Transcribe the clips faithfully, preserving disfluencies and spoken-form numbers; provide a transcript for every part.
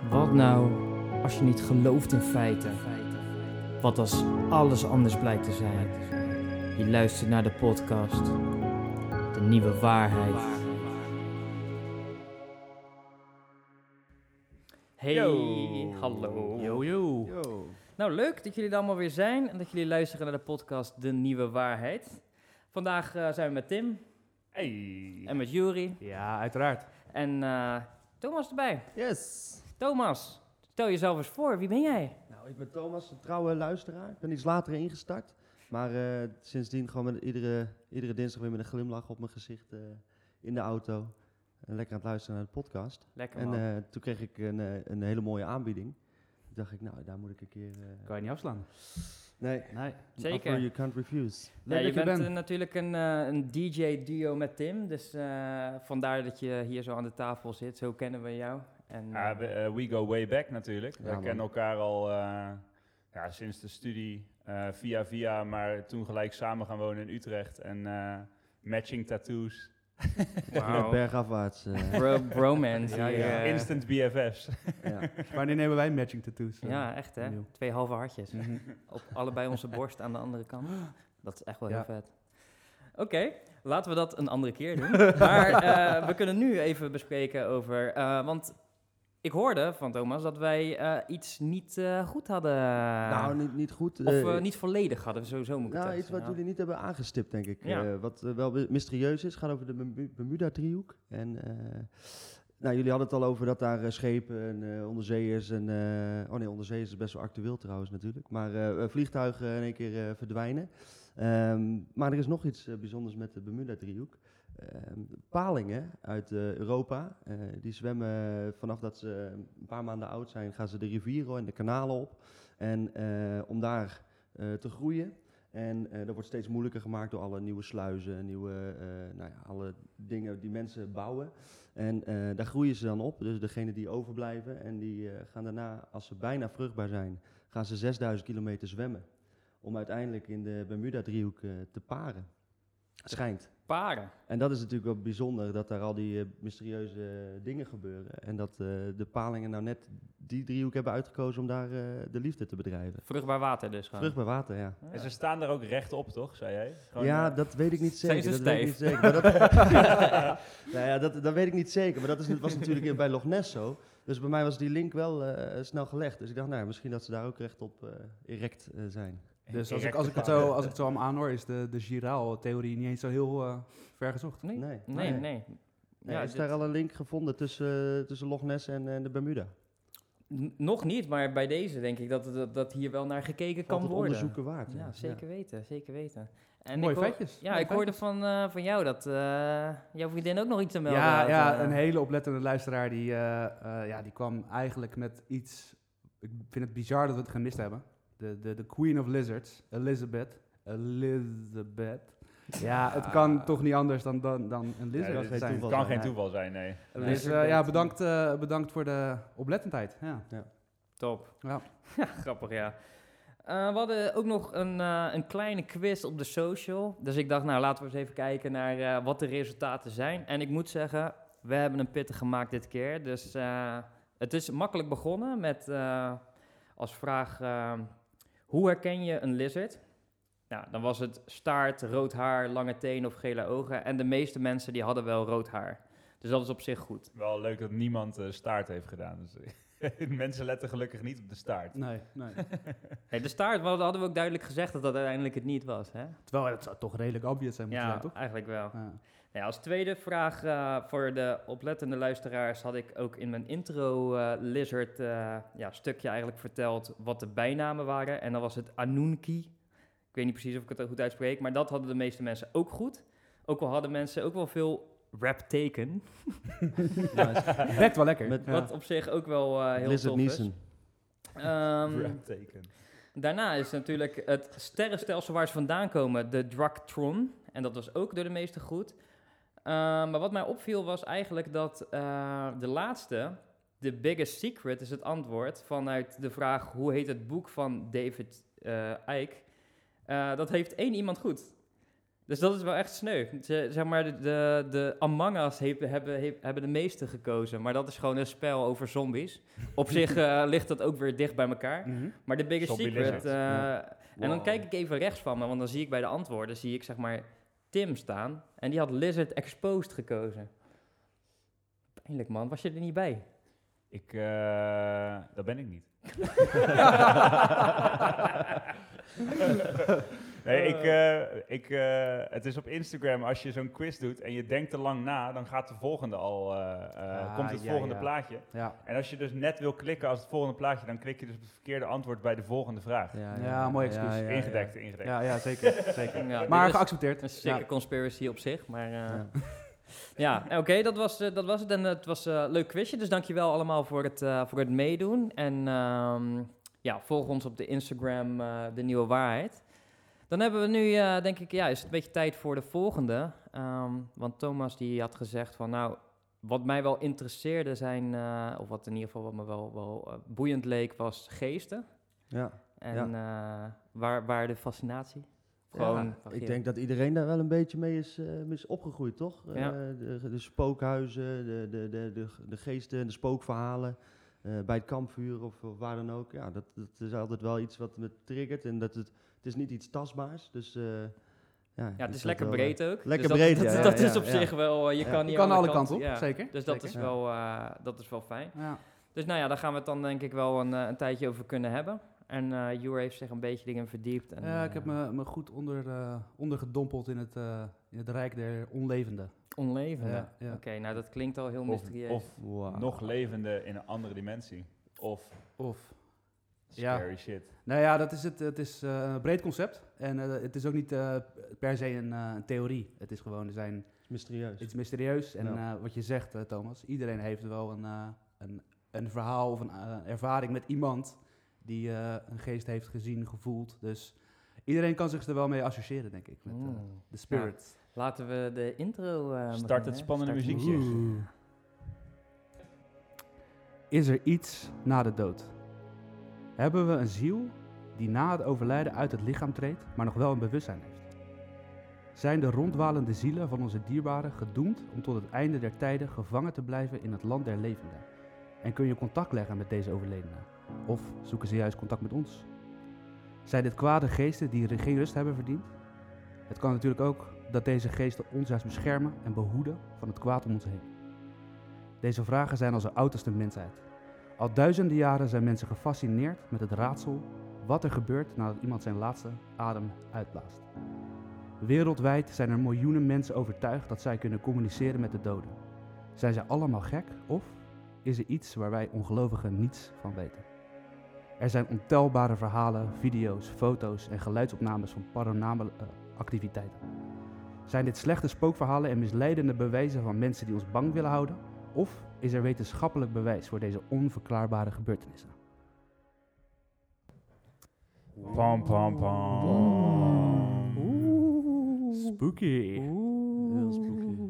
Wat nou als je niet gelooft in feiten? Wat als alles anders blijkt te zijn? Je luistert naar de podcast De Nieuwe Waarheid. Hey, Yo. hallo. Yo, yo. Yo. Nou, leuk dat jullie er allemaal weer zijn en dat jullie luisteren naar de podcast De Nieuwe Waarheid. Vandaag uh, zijn we met Tim Hey. en met Juri Ja, uiteraard. en uh, Thomas erbij. Yes. Thomas, stel jezelf eens voor, wie ben jij? Nou, ik ben Thomas, een trouwe luisteraar. Ik ben iets later ingestart. Maar uh, sindsdien gewoon met iedere, iedere dinsdag weer met een glimlach op mijn gezicht uh, in de auto. En lekker aan het luisteren naar de podcast. Lekker En man. uh, toen kreeg ik een, uh, een hele mooie aanbieding. Toen dacht ik, nou, daar moet ik een keer... Uh, Kan je niet afslaan. nee, Nee. Zeker. offer you can't refuse. Ja, Leuk je dat je bent bent. uh, natuurlijk een, uh, een D J-duo met Tim, dus uh, vandaar dat je hier zo aan de tafel zit. Zo kennen we jou. En, uh, Ja, we, uh, we go way back natuurlijk. Ja, we man. kennen elkaar al uh, ja, sinds de studie, uh, via via, maar toen gelijk samen gaan wonen in Utrecht en uh, matching tattoos. Wauw. Bergafwaarts. Uh, Bro, bromance. Ja, hier, ja. uh, Instant B F F's. ja. Wanneer nemen wij matching tattoos? Ja, echt hè. Nieuw. Twee halve hartjes. Mhm. Op allebei onze borst aan de andere kant. Dat is echt wel heel Ja. vet. Oké, okay, laten we dat een andere keer doen. Maar uh, we kunnen nu even bespreken over... Uh, want ik hoorde van Thomas dat wij uh, iets niet uh, goed hadden. nou, niet, niet goed. Of uh, uh, niet volledig hadden, sowieso moet ik Nou, het iets wat zeggen. jullie niet hebben aangestipt, denk ik. Ja. Uh, wat uh, wel mysterieus is, gaat over de Bermu- Bermuda-driehoek. En uh, nou, jullie hadden het al over dat daar uh, schepen en uh, onderzeeërs en... Uh, oh nee, onderzeeërs is best wel actueel trouwens natuurlijk. Maar uh, vliegtuigen in één keer uh, verdwijnen. Um, maar er is nog iets uh, bijzonders met de Bermuda-driehoek. Um, palingen uit uh, Europa, uh, die zwemmen vanaf dat ze een paar maanden oud zijn, gaan ze de rivieren en de kanalen op. En uh, om daar uh, te groeien. En uh, dat wordt steeds moeilijker gemaakt door alle nieuwe sluizen, nieuwe, uh, nou ja, alle dingen die mensen bouwen. En uh, daar groeien ze dan op, dus degenen die overblijven. En die uh, gaan daarna, als ze bijna vruchtbaar zijn, gaan ze zesduizend kilometer zwemmen. Om uiteindelijk in de Bermuda-driehoek uh, te paren. Schijnt. Paren. En dat is natuurlijk wel bijzonder, dat daar al die uh, mysterieuze uh, dingen gebeuren. En dat uh, de palingen nou net die driehoek hebben uitgekozen om daar uh, de liefde te bedrijven. Vruchtbaar water dus gewoon. Vruchtbaar water, ja. Ah. En ze staan daar ook rechtop, toch, zei jij? Gewoon, ja, uh, dat weet ik niet Zijn zeker. ze dat weet ik stijf? niet zeker. Maar dat, nou ja, dat, dat weet ik niet zeker. Maar dat is, was natuurlijk bij Loch Ness zo. Dus bij mij was die link wel uh, snel gelegd. Dus ik dacht, nou ja, misschien dat ze daar ook rechtop uh, erect uh, zijn. Dus als ik, direct als, ik het bepalen. zo, als ik het zo allemaal aanhoor, is de, de Giraal-theorie niet eens zo heel uh, ver gezocht. Nee, nee, Nee. nee. Nee. nee. Ja, Ja, is dit- daar al een link gevonden tussen, tussen Loch Ness en, en de Bermuda? N- nog niet, maar bij deze denk ik dat, dat, dat hier wel naar gekeken Valt kan het worden. onderzoeken waard. Ja, zeker weten, zeker weten. En Mooie ik hoor- feitjes. Ja, Mooie ik hoorde feitjes. van, uh, van jou dat uh, jouw vriendin ook nog iets te melden Ja, had. ja, uh. een hele oplettende luisteraar die, uh, uh, ja, die kwam eigenlijk met iets... Ik vind het bizar dat we het gemist hebben. De, de, de Queen of Lizards, Elizabeth. Elizabeth. Ja, het kan toch niet anders dan, dan, dan een Ja, lizard dat geen zijn. toeval kan zijn. geen toeval zijn, nee. Nee. Dus uh, ja, bedankt, uh, bedankt voor de oplettendheid. Ja. Top. Ja. Ja, grappig, ja. Uh, we hadden ook nog een, uh, een kleine quiz op de social. Dus ik dacht, nou, laten we eens even kijken naar uh, wat de resultaten zijn. En ik moet zeggen, we hebben een pittig gemaakt dit keer. Dus uh, het is makkelijk begonnen met uh, als vraag... Uh, hoe herken je een lizard? Nou, dan was het staart, rood haar, lange tenen of gele ogen. En de meeste mensen die hadden wel rood haar. Dus dat is op zich goed. Wel leuk dat niemand uh, staart heeft gedaan. Dus, mensen letten gelukkig niet op de staart. Nee, nee. Hey, de staart wel, hadden we ook duidelijk gezegd dat dat uiteindelijk het niet was, hè? Terwijl het zou toch redelijk obvious zijn moeten Ja, zijn, toch? eigenlijk wel. Ja. Ja, als tweede vraag uh, voor de oplettende luisteraars had ik ook in mijn intro uh, lizard uh, ja, stukje eigenlijk verteld wat de bijnamen waren. En dan was het Anunki. Ik weet niet precies of ik het goed uitspreek, maar dat hadden de meeste mensen ook goed. Ook al hadden mensen ook wel veel rap teken, Werkt wel lekker. Met- Ja. wat op zich ook wel uh, heel Lizard tof is. Neeson. Ehm, Rapteken. Daarna is natuurlijk het sterrenstelsel waar ze vandaan komen, de Dractron. En dat was ook door de meesten goed. Uh, maar wat mij opviel was eigenlijk dat uh, de laatste, The Biggest Secret, is het antwoord vanuit de vraag hoe heet het boek van David uh, Icke. Uh, dat heeft één iemand goed. Dus dat is wel echt sneu. Ze, zeg maar, de, de, de Among Us heeft, hebben, heeft, hebben de meeste gekozen. Maar dat is gewoon een spel over zombies. Op zich uh, ligt dat ook weer dicht bij elkaar. Mhm. Maar de Biggest Zombie Secret... Lizard. Uh, Ja. En dan Wow. kijk ik even rechts van me, want dan zie ik bij de antwoorden... zie ik zeg maar Tim staan. En die had Lizard Exposed gekozen. Pijnlijk, man. Was je er niet bij? Ik, uh, dat ben ik niet. nee, ik, uh, ik, uh, het is op Instagram, als je zo'n quiz doet en je denkt te lang na, dan gaat de volgende al, uh, uh, Ah, komt het ja, volgende ja. plaatje. Ja. En als je dus net wil klikken als het volgende plaatje, dan klik je dus op het verkeerde antwoord bij de volgende vraag. Ja, mooi excuus. ingedekt, ingedekt. Ja, ja, zeker. zeker. Ja, dit Maar is geaccepteerd. een sikke Ja. conspiracy op zich, maar... Uh, Ja. ja, oké, okay, dat, was, uh, dat was het. En uh, het was een uh, leuk quizje, dus dankjewel allemaal voor het, uh, voor het meedoen. En um, ja, volg ons op de Instagram, uh, De Nieuwe Waarheid. Dan hebben we nu, uh, denk ik, ja, is het een beetje tijd voor de volgende. Um, want Thomas die had gezegd van, nou, wat mij wel interesseerde zijn, uh, of wat in ieder geval wat me wel, wel uh, boeiend leek, was geesten. Ja. En Ja. uh, waar, waar de fascinatie? Ja, Gewoon, ik denk dat iedereen daar wel een beetje mee is, uh, mee is opgegroeid, toch? Ja. Uh, de, de spookhuizen, de, de, de, de, de geesten, de spookverhalen, uh, bij het kampvuur of, of waar dan ook. Ja, dat, dat is altijd wel iets wat me triggert en dat het, het is niet iets tastbaars, dus... Uh, ja, Ja, het is dat lekker wel, breed ook. lekker dus breed, dat, ja, dat, ja, dat is ja, op ja. zich wel, uh, je Ja. kan Je niet kan alle kanten kanten op, ja. zeker. Dus dat zeker. is, Ja. wel, uh, dat is wel fijn. Ja. Dus nou ja, daar gaan we het dan denk ik wel een, uh, een tijdje over kunnen hebben. En uh, Joer heeft zich een beetje dingen verdiept. En, Ja, ik uh, heb me, me goed onder, uh, ondergedompeld in het, uh, in het rijk der onlevenden. Onlevende. Ja, ja. Oké, okay, nou dat klinkt al heel Of, mysterieus. of Wow. nog levende in een andere dimensie. Of Of, Ja. scary shit. nou ja, dat is het. Het is uh, een breed concept. En uh, het is ook niet uh, per se een, uh, een theorie. Het is gewoon, er zijn Mysterieus. iets mysterieus. En Ja. uh, wat je zegt, uh, Thomas, iedereen heeft wel een, uh, een, een verhaal of een uh, ervaring met iemand die uh, een geest heeft gezien, gevoeld. Dus iedereen kan zich er wel mee associëren, denk ik, met uh, Mm. de spirit. Laten we de intro uh, Start beginnen, het hè? spannende Start- muziekje. Oeh. Is er iets na de dood? Hebben we een ziel die na het overlijden uit het lichaam treedt, maar nog wel een bewustzijn heeft? Zijn de rondwalende zielen van onze dierbaren gedoemd om tot het einde der tijden gevangen te blijven in het land der levenden? En kun je contact leggen met deze overledenen? Of zoeken ze juist contact met ons? Zijn dit kwade geesten die geen rust hebben verdiend? Het kan natuurlijk ook dat deze geesten ons juist beschermen en behoeden van het kwaad om ons heen. Deze vragen zijn al zo oud als de mensheid. Al duizenden jaren zijn mensen gefascineerd met het raadsel wat er gebeurt nadat iemand zijn laatste adem uitblaast. Wereldwijd zijn er miljoenen mensen overtuigd dat zij kunnen communiceren met de doden. Zijn zij allemaal gek of is er iets waar wij ongelovigen niets van weten? Er zijn ontelbare verhalen, video's, foto's en geluidsopnames van paranormale uh, activiteiten. Zijn dit slechte spookverhalen en misleidende bewijzen van mensen die ons bang willen houden? Of is er wetenschappelijk bewijs voor deze onverklaarbare gebeurtenissen? Pam, pam, pam. Spooky. Heel spooky.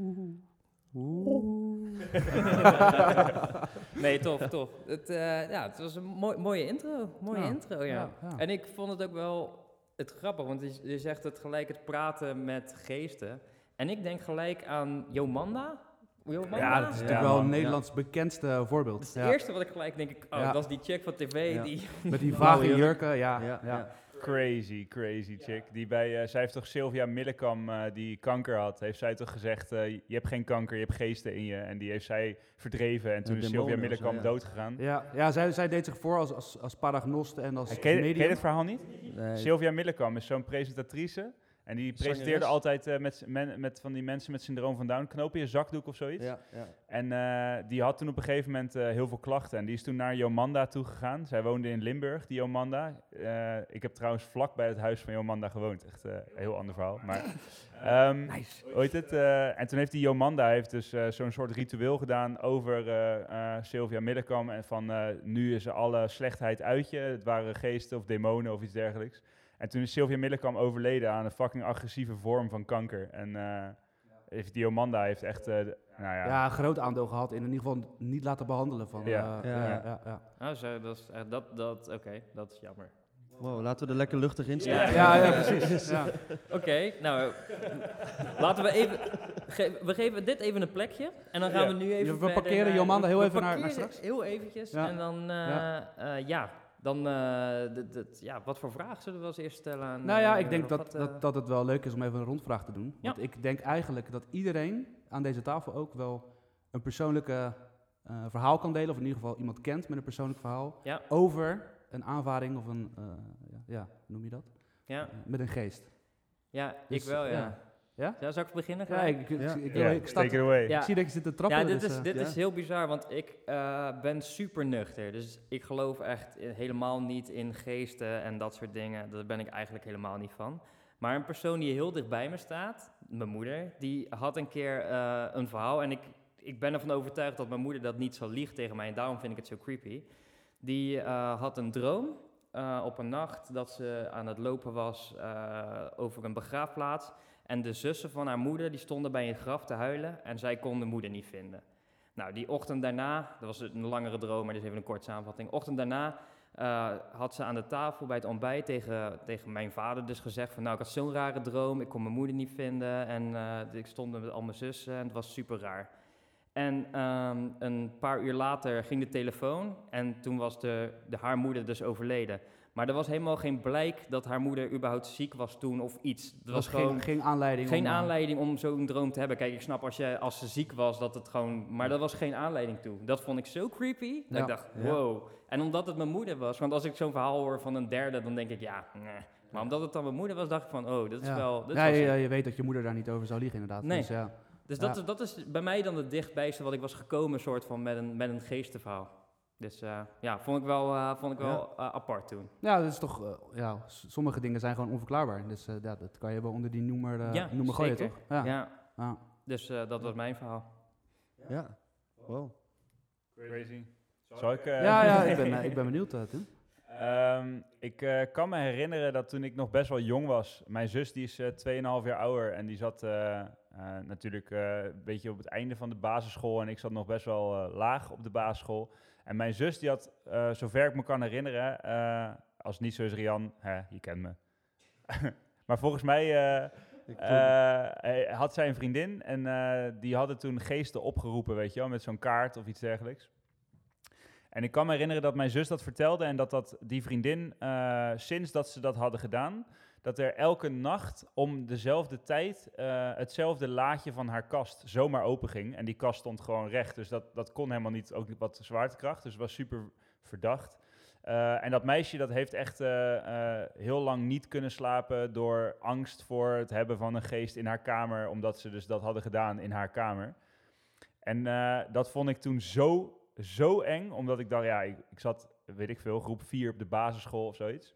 Nee, tof, tof. Het, uh, ja, het was een mooi, mooie intro. Mooie Ja, intro, ja. ja, ja. En ik vond het ook wel het grappig, want je, je zegt het gelijk het praten met geesten. En ik denk gelijk aan Jomanda. Jomanda? Ja, dat is Ja, natuurlijk wel man. een Nederlands bekendste voorbeeld. Dat is het Ja. eerste wat ik gelijk denk, ik, oh, Ja. dat is die chick van tv. Ja. Die, Met die Blauwe vage jurk. jurken, ja. Ja, ja. ja. Crazy, crazy chick. Die bij, uh, zij heeft toch Sylvia Millekam, uh, die kanker had, heeft zij toch gezegd, uh, je hebt geen kanker, je hebt geesten in je. En die heeft zij verdreven en toen Een is demon Sylvia of zo, Millekam ja. dood gegaan. Ja, ja zij, zij deed zich voor als, als, als paragnost en als Ken je, ken je medium. dit verhaal niet? Nee, Sylvia Millekam is zo'n presentatrice. En die presenteerde Zangeres. altijd uh, met, men, met van die mensen met syndroom van Down. Knoop in je zakdoek of zoiets. ja, ja. En uh, die had toen op een gegeven moment uh, heel veel klachten. En die is toen naar Jomanda toegegaan. Zij woonde in Limburg, die Jomanda. Uh, ik heb trouwens vlak bij het huis van Jomanda gewoond. Echt uh, een heel ander verhaal. Maar, um, nice. hoe heet het? Uh, en toen heeft die Jomanda heeft dus uh, zo'n soort ritueel gedaan over uh, uh, Sylvia Millekam. En van uh, nu is er alle slechtheid uit je. Het waren geesten of demonen of iets dergelijks. En toen is Sylvia Millekam overleden aan een fucking agressieve vorm van kanker. En uh, heeft die Jomanda heeft echt, uh, de, nou ja... Ja, een groot aandeel gehad in in ieder geval niet laten behandelen van... Ja. uh, Ja. ja, ja, ja. Oh, zo, dat is echt, dat, dat, oké, okay, dat is jammer. Wow, laten we er lekker luchtig in staan. Ja. Ja, ja, precies. Ja. Oké, okay, nou, laten we even... Ge we geven dit even een plekje. En dan gaan Ja. we nu even Ja, we verder parkeren naar- Jomanda heel we even naar- naar parkeren straks. Heel eventjes. Ja. En dan, uh, Ja. ja, uh, ja dan, uh, d- d- ja, wat voor vragen zullen we als eerst stellen aan... Nou ja, uh, ik denk of dat, wat, uh, dat, dat het wel leuk is om even een rondvraag te doen. Ja. Want ik denk eigenlijk dat iedereen aan deze tafel ook wel een persoonlijke uh, verhaal kan delen. Of in ieder geval iemand kent met een persoonlijk verhaal. Ja. Over een aanvaring of een, uh, ja, ja, hoe noem je dat? Ja, Uh, met een geest. ja Dus, ik wel, ja. ja. Ja? Ja, zal ik beginnen? Ja, gelijk? ik, ik, Ja. ik, ik, Ja, ik, sta- take it away. Ja. ik zie dat je zit te trappen. Ja, dit, dus, is, uh, dit ja. is heel bizar, want ik uh, ben super nuchter. Dus ik geloof echt i- helemaal niet in geesten en dat soort dingen. Daar ben ik eigenlijk helemaal niet van. Maar een persoon die heel dicht bij me staat, mijn moeder, die had een keer uh, een verhaal. En ik, ik ben ervan overtuigd dat mijn moeder dat niet zal liegen tegen mij. En daarom vind ik het zo creepy. Die uh, had een droom uh, op een nacht dat ze aan het lopen was uh, over een begraafplaats. En de zussen van haar moeder, die stonden bij een graf te huilen en zij kon de moeder niet vinden. Nou, die ochtend daarna, dat was een langere droom, maar dit is even een korte samenvatting. Ochtend daarna uh, had ze aan de tafel bij het ontbijt tegen, tegen mijn vader dus gezegd van, nou, ik had zo'n rare droom, ik kon mijn moeder niet vinden en uh, ik stond met al mijn zussen en het was super raar. En um, een paar uur later ging de telefoon en toen was de, de, haar moeder dus overleden. Maar er was helemaal geen blijk dat haar moeder überhaupt ziek was toen of iets. Er was was geen, gewoon geen aanleiding. geen om, uh, aanleiding om zo'n droom te hebben. Kijk, ik snap als, je, als ze ziek was dat het gewoon... Maar dat was geen aanleiding toe. Dat vond ik zo creepy, dat Ja. ik dacht, Ja. wow. En omdat het mijn moeder was, want als ik zo'n verhaal hoor van een derde, dan denk ik, ja, nee. Maar omdat het dan mijn moeder was, dacht ik van, oh, dit is ja. wel... Dit ja, is wel ja, sick. je weet dat je moeder daar niet over zou liegen, inderdaad. Nee. Dus, ja. Dus Ja. dat, is, dat is bij mij dan het dichtbijste wat ik was gekomen, soort van met een, met een geestenverhaal. Dus uh, ja, vond ik wel, uh, vond ik wel uh, apart toen. Ja, dat is toch, uh, ja, s- sommige dingen zijn gewoon onverklaarbaar. Dus uh, ja, dat kan je wel onder die noemer, uh, Ja, noemer gooien, zeker. toch? Ja. Ja, Ja. dus uh, dat was mijn verhaal. Ja, wow. Crazy. Zal ik... uh, Ja, ja, ik ben, uh, ik ben benieuwd, uh, Tim. Um, ik uh, kan me herinneren dat toen ik nog best wel jong was, mijn zus die is uh, twee komma vijf jaar ouder en die zat uh, uh, natuurlijk uh, een beetje op het einde van de basisschool en ik zat nog best wel uh, laag op de basisschool. En mijn zus die had, uh, zover ik me kan herinneren, uh, als het niet zo is Rian, hè, je kent me. Maar volgens mij uh, uh, had zij een vriendin en uh, die hadden toen geesten opgeroepen, weet je wel, met zo'n kaart of iets dergelijks. En ik kan me herinneren dat mijn zus dat vertelde en dat, dat die vriendin, uh, sinds dat ze dat hadden gedaan, dat er elke nacht om dezelfde tijd uh, hetzelfde laadje van haar kast zomaar open ging. En die kast stond gewoon recht, dus dat, dat kon helemaal niet, ook wat zwaartekracht, dus het was super verdacht. Uh, en dat meisje dat heeft echt uh, uh, heel lang niet kunnen slapen door angst voor het hebben van een geest in haar kamer, omdat ze dus dat hadden gedaan in haar kamer. En uh, dat vond ik toen zo... Zo eng, omdat ik dacht, ja, ik, ik zat, weet ik veel, groep vier op de basisschool of zoiets.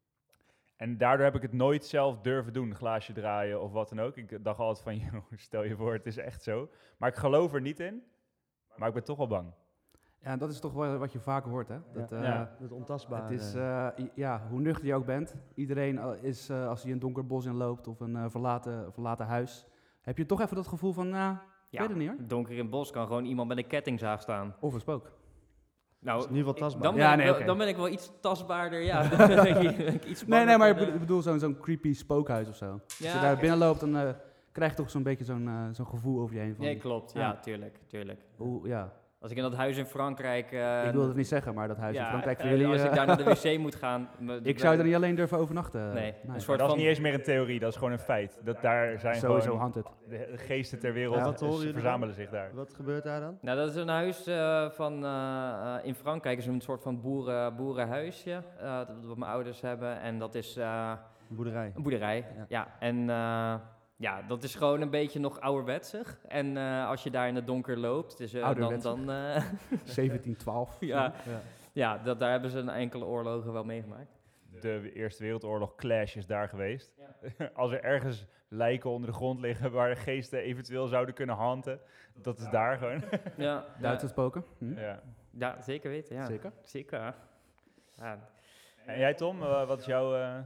En daardoor heb ik het nooit zelf durven doen, glaasje draaien of wat dan ook. Ik dacht altijd van, joh, stel je voor, het is echt zo. Maar ik geloof er niet in, maar ik ben toch wel bang. Ja, en dat is toch wel wat je vaak hoort, hè? Dat, Ja. uh, Ja. Het ontastbare. Het is, uh, i- ja, hoe nuchter je ook bent. Iedereen uh, is, uh, als hij een donker bos inloopt of een uh, verlaten, verlaten huis, heb je toch even dat gevoel van, nou, ik weet het niet hoor. Donker in het bos kan gewoon iemand met een kettingzaag staan. Of een spook. Nou, is in ieder geval ik- tastbaar. Dan ben, Ja, ik nee, wel, oké. dan ben ik wel iets tastbaarder, ja. Dan ben ik iets Nee, nee, maar ik bang bedoel, voor ik bedoel zo'n zo'n creepy spookhuis of zo. Als Ja, je daar oké. binnen loopt, dan uh, krijg je toch zo'n beetje zo'n uh, zo'n gevoel over je heen. de- Van, Nee, klopt. Ja, Ja. tuurlijk, tuurlijk. hoe, ja. Als ik in dat huis in Frankrijk... eh, ik wil het niet zeggen, maar dat huis in ja, Frankrijk voor eh, jullie... als uh, ik daar naar de wc moet gaan... me- ik zou er niet alleen durven overnachten. Nee, een nee. soort Maar dat is van... niet eens meer een theorie, dat is gewoon een feit. Dat daar zijn Sowieso gewoon haunted. de, de geesten ter wereld, Ja, wat dus horen ze jullie verzamelen zich daar. Wat gebeurt daar dan? Nou, dat is een huis uh, van, uh, uh, in Frankrijk, is een soort van boeren, boerenhuisje, uh, dat wat mijn ouders hebben. En dat is uh, Een boerderij. een boerderij, Ja. ja. En uh, ja, dat is gewoon een beetje nog ouderwetsig. En uh, als je daar in het donker loopt, dus, uh, dan... Ouderwetsig. dan uh, zeventien twaalf. ja, Ja. ja dat, daar hebben ze een enkele oorlogen wel meegemaakt. De Eerste Wereldoorlog clash is daar geweest. Ja. Als er ergens lijken onder de grond liggen waar de geesten eventueel zouden kunnen hanten, dat is daar gewoon. Ja, Duitse ja, spoken. Hm? Ja. ja, zeker weten, ja. Zeker. Zeker. Ja. En jij Tom, uh, wat is jouw... Uh...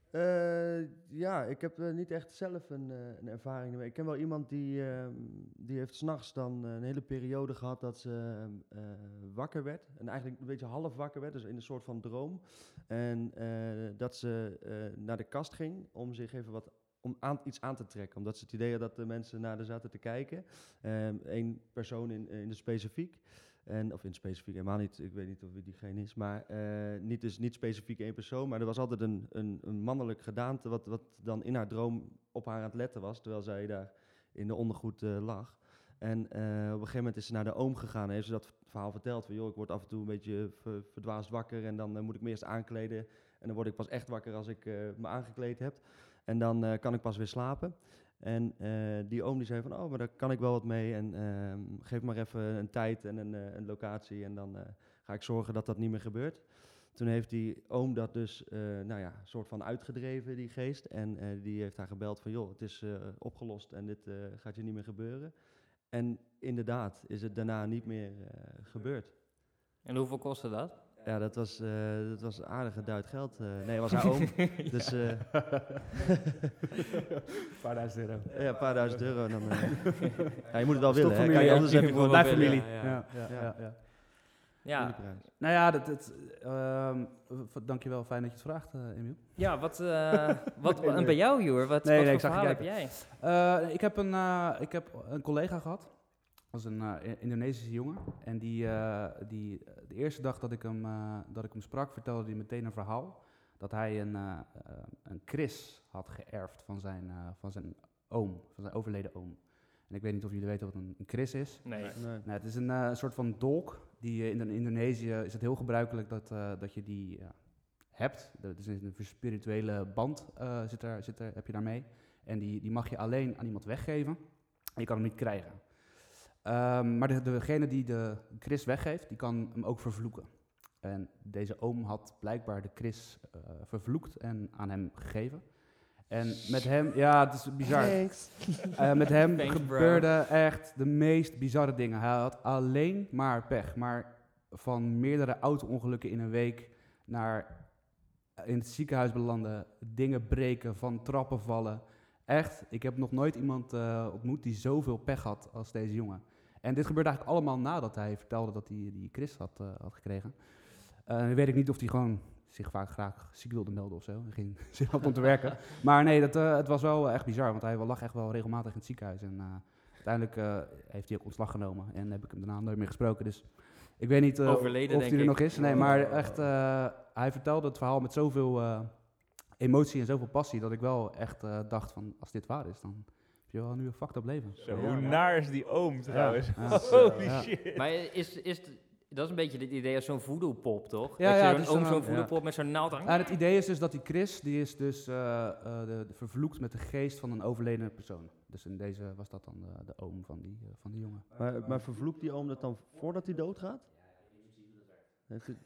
Uh, ja, ik heb uh, niet echt zelf een, uh, een ervaring ermee. Ik ken wel iemand die, uh, die heeft 's nachts dan uh, een hele periode gehad dat ze uh, wakker werd. En eigenlijk een beetje half wakker werd, dus in een soort van droom. En uh, dat ze uh, naar de kast ging om zich even wat om aan, iets aan te trekken. Omdat ze het idee had dat de mensen naar haar zaten te kijken. Eén um, persoon in, in de specifiek. En, of in specifiek helemaal niet, ik weet niet of wie diegene is, maar uh, niet, dus niet specifiek één persoon, maar er was altijd een, een, een mannelijk gedaante wat, wat dan in haar droom op haar aan het letten was, terwijl zij daar in de ondergoed uh, lag. En uh, op een gegeven moment is ze naar de oom gegaan en heeft ze dat verhaal verteld van, joh, ik word af en toe een beetje ver, verdwaasd wakker en dan uh, moet ik me eerst aankleden en dan word ik pas echt wakker als ik uh, me aangekleed heb en dan uh, kan ik pas weer slapen. En uh, die oom die zei van, oh, maar daar kan ik wel wat mee en uh, geef maar even een tijd en een, uh, een locatie en dan uh, ga ik zorgen dat dat niet meer gebeurt. Toen heeft die oom dat dus, uh, nou ja, soort van uitgedreven, die geest. En uh, die heeft haar gebeld van, joh, het is uh, opgelost en dit uh, gaat je niet meer gebeuren. En inderdaad is het daarna niet meer uh, gebeurd. En hoeveel kostte dat? Ja, dat was, uh, dat was aardige duit geld. Uh, nee, dat was haar oom. Ja. Dus, uh, Een paar duizend euro. ja, een paar duizend euro. Dan, uh, ja, je moet het wel Stop willen, hè? familie, Kan je hè? anders heb je gewoon Blijf wel familie. willen, Ja, ja. ja, ja, Ja. ja. Ja, Nou ja, dat, dat, um, v- dankjewel. Fijn dat je het vraagt, uh, Emiel. ja wat, uh, wat Nee, en nee. bij jou, Joer? Wat, Nee, wat nee, voor ik zag je verhaal heb kijken. jij? Uh, ik, heb een, uh, ik heb een collega gehad. Dat was een uh, I- Indonesische jongen. En die, uh, die, de eerste dag dat ik, hem, uh, dat ik hem sprak, vertelde hij meteen een verhaal. Dat hij een, uh, uh, een kris had geërfd van zijn, uh, van zijn oom, van zijn overleden oom. En ik weet niet of jullie weten wat een, een kris is. Nee. Nee. Nou, het is een uh, soort van dolk. Die, uh, in de- Indonesië is het heel gebruikelijk dat, uh, dat je die uh, hebt. Dat is een spirituele band uh, zit er, zit er, heb je daarmee. En die, die mag je alleen aan iemand weggeven. En je kan hem niet krijgen. Um, maar de, degene die de kris weggeeft, die kan hem ook vervloeken. En deze oom had blijkbaar de kris uh, vervloekt en aan hem gegeven. En met hem, ja, het is bizar. Uh, met hem Thanks, bro. gebeurden echt de meest bizarre dingen. Hij had alleen maar pech. Maar van meerdere auto-ongelukken in een week naar in het ziekenhuis belanden, dingen breken, van trappen vallen. Echt, ik heb nog nooit iemand uh, ontmoet die zoveel pech had als deze jongen. En dit gebeurde eigenlijk allemaal nadat hij vertelde dat hij die kris had, uh, had gekregen. Uh, dan weet ik niet of hij gewoon zich vaak graag ziek wilde melden of zo. Hij ging zin had om te werken. Maar nee, dat, uh, het was wel echt bizar, want hij lag echt wel regelmatig in het ziekenhuis. En uh, uiteindelijk uh, heeft hij ook ontslag genomen en heb ik hem daarna nooit meer gesproken. Dus ik weet niet uh, Overleden, of denk hij er ik. nog is. Nee, maar echt, uh, hij vertelde het verhaal met zoveel uh, emotie en zoveel passie, dat ik wel echt uh, dacht van, als dit waar is, dan heb je wel nu een fucked up leven. Zo, hoe naar is die oom trouwens? Ja. Holy Ja. shit. Maar is, is, dat is een beetje het idee als zo'n voodoo-pop, toch? Ja, dat ja, je dus een oom dan- zo'n ja. voodoo-pop met zo'n naald aan. En het idee is dus dat die Chris, die is dus uh, uh, de, de vervloekt met de geest van een overledene persoon. Dus in deze was dat dan de, de oom van die, uh, van die jongen. Maar, maar vervloekt die oom dat dan voordat hij doodgaat? Heeft hij-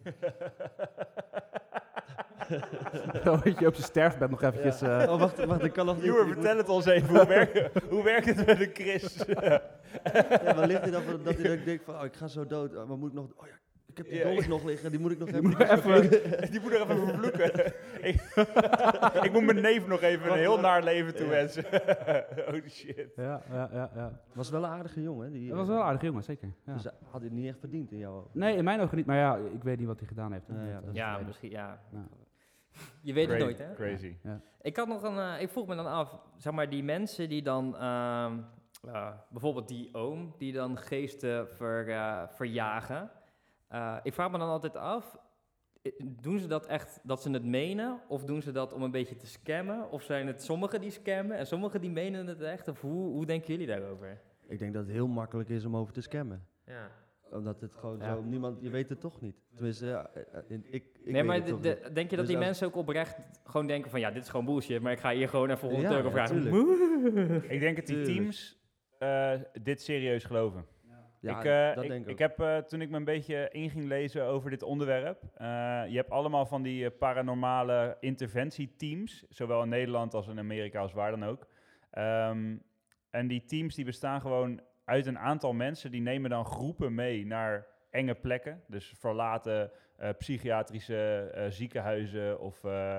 Dat je op zijn sterfbed nog eventjes... uh, Oh, wacht, wacht, ik kan nog niet... Joer, ik moet- vertel het ons even. Hoe werkt, hoe werkt het met een Chris? Ja, maar ligt hij dan van- dat hij dan denkt van, oh, ik ga zo dood, oh, maar moet ik nog... Oh ja, ik heb die Ja, dolk ik- nog liggen, die moet ik nog Die even... moet ik even- Die moet nog even vervloeken. ik, ik moet mijn neef nog even een heel naar leven toewensen. Holy shit. Ja, ja, ja, ja. Was wel een aardige jongen, die... Dat was wel een aardige jongen, zeker. Ja. Dus hij had hij het niet echt verdiend in jouw ogen. Nee, in mijn ogen niet, maar ja, ik weet niet wat hij gedaan heeft. hè. Nee, ja, Dat, dat uh, Ja, verleden. misschien, ja. Ja. Je weet het Cra- nooit, hè? Crazy. Ik had nog een, uh, ik vroeg me dan af, zeg maar, die mensen die dan, uh, uh, bijvoorbeeld die oom, die dan geesten ver, uh, verjagen. Uh, ik vraag me dan altijd af, i- doen ze dat echt, dat ze het menen? Of doen ze dat om een beetje te scammen? Of zijn het sommigen die scammen en sommigen die menen het echt? Of hoe, hoe denken jullie daarover? Ik denk dat het heel makkelijk is om over te scammen. Ja. Omdat het gewoon Ja. zo... Niemand, je weet het toch niet. Tenminste, ja, eh, eh, ik, ik Nee, weet maar het de- toch de- niet. denk je dat Dus die als- mensen ook oprecht gewoon denken van, ja, dit is gewoon bullshit, maar ik ga hier gewoon even honderd Ja, euro ja, vragen? tuurlijk. Ik denk dat die Tuurlijk. teams eh, dit serieus geloven. Ja, ik, eh, dat ik, denk ik ik ook. heb eh, toen ik me een beetje in ging lezen over dit onderwerp, eh, je hebt allemaal van die eh, paranormale interventieteams, zowel in Nederland als in Amerika als waar dan ook. Ehm, en die teams die bestaan gewoon uit een aantal mensen, die nemen dan groepen mee naar enge plekken, dus verlaten eh, psychiatrische eh, ziekenhuizen of, eh,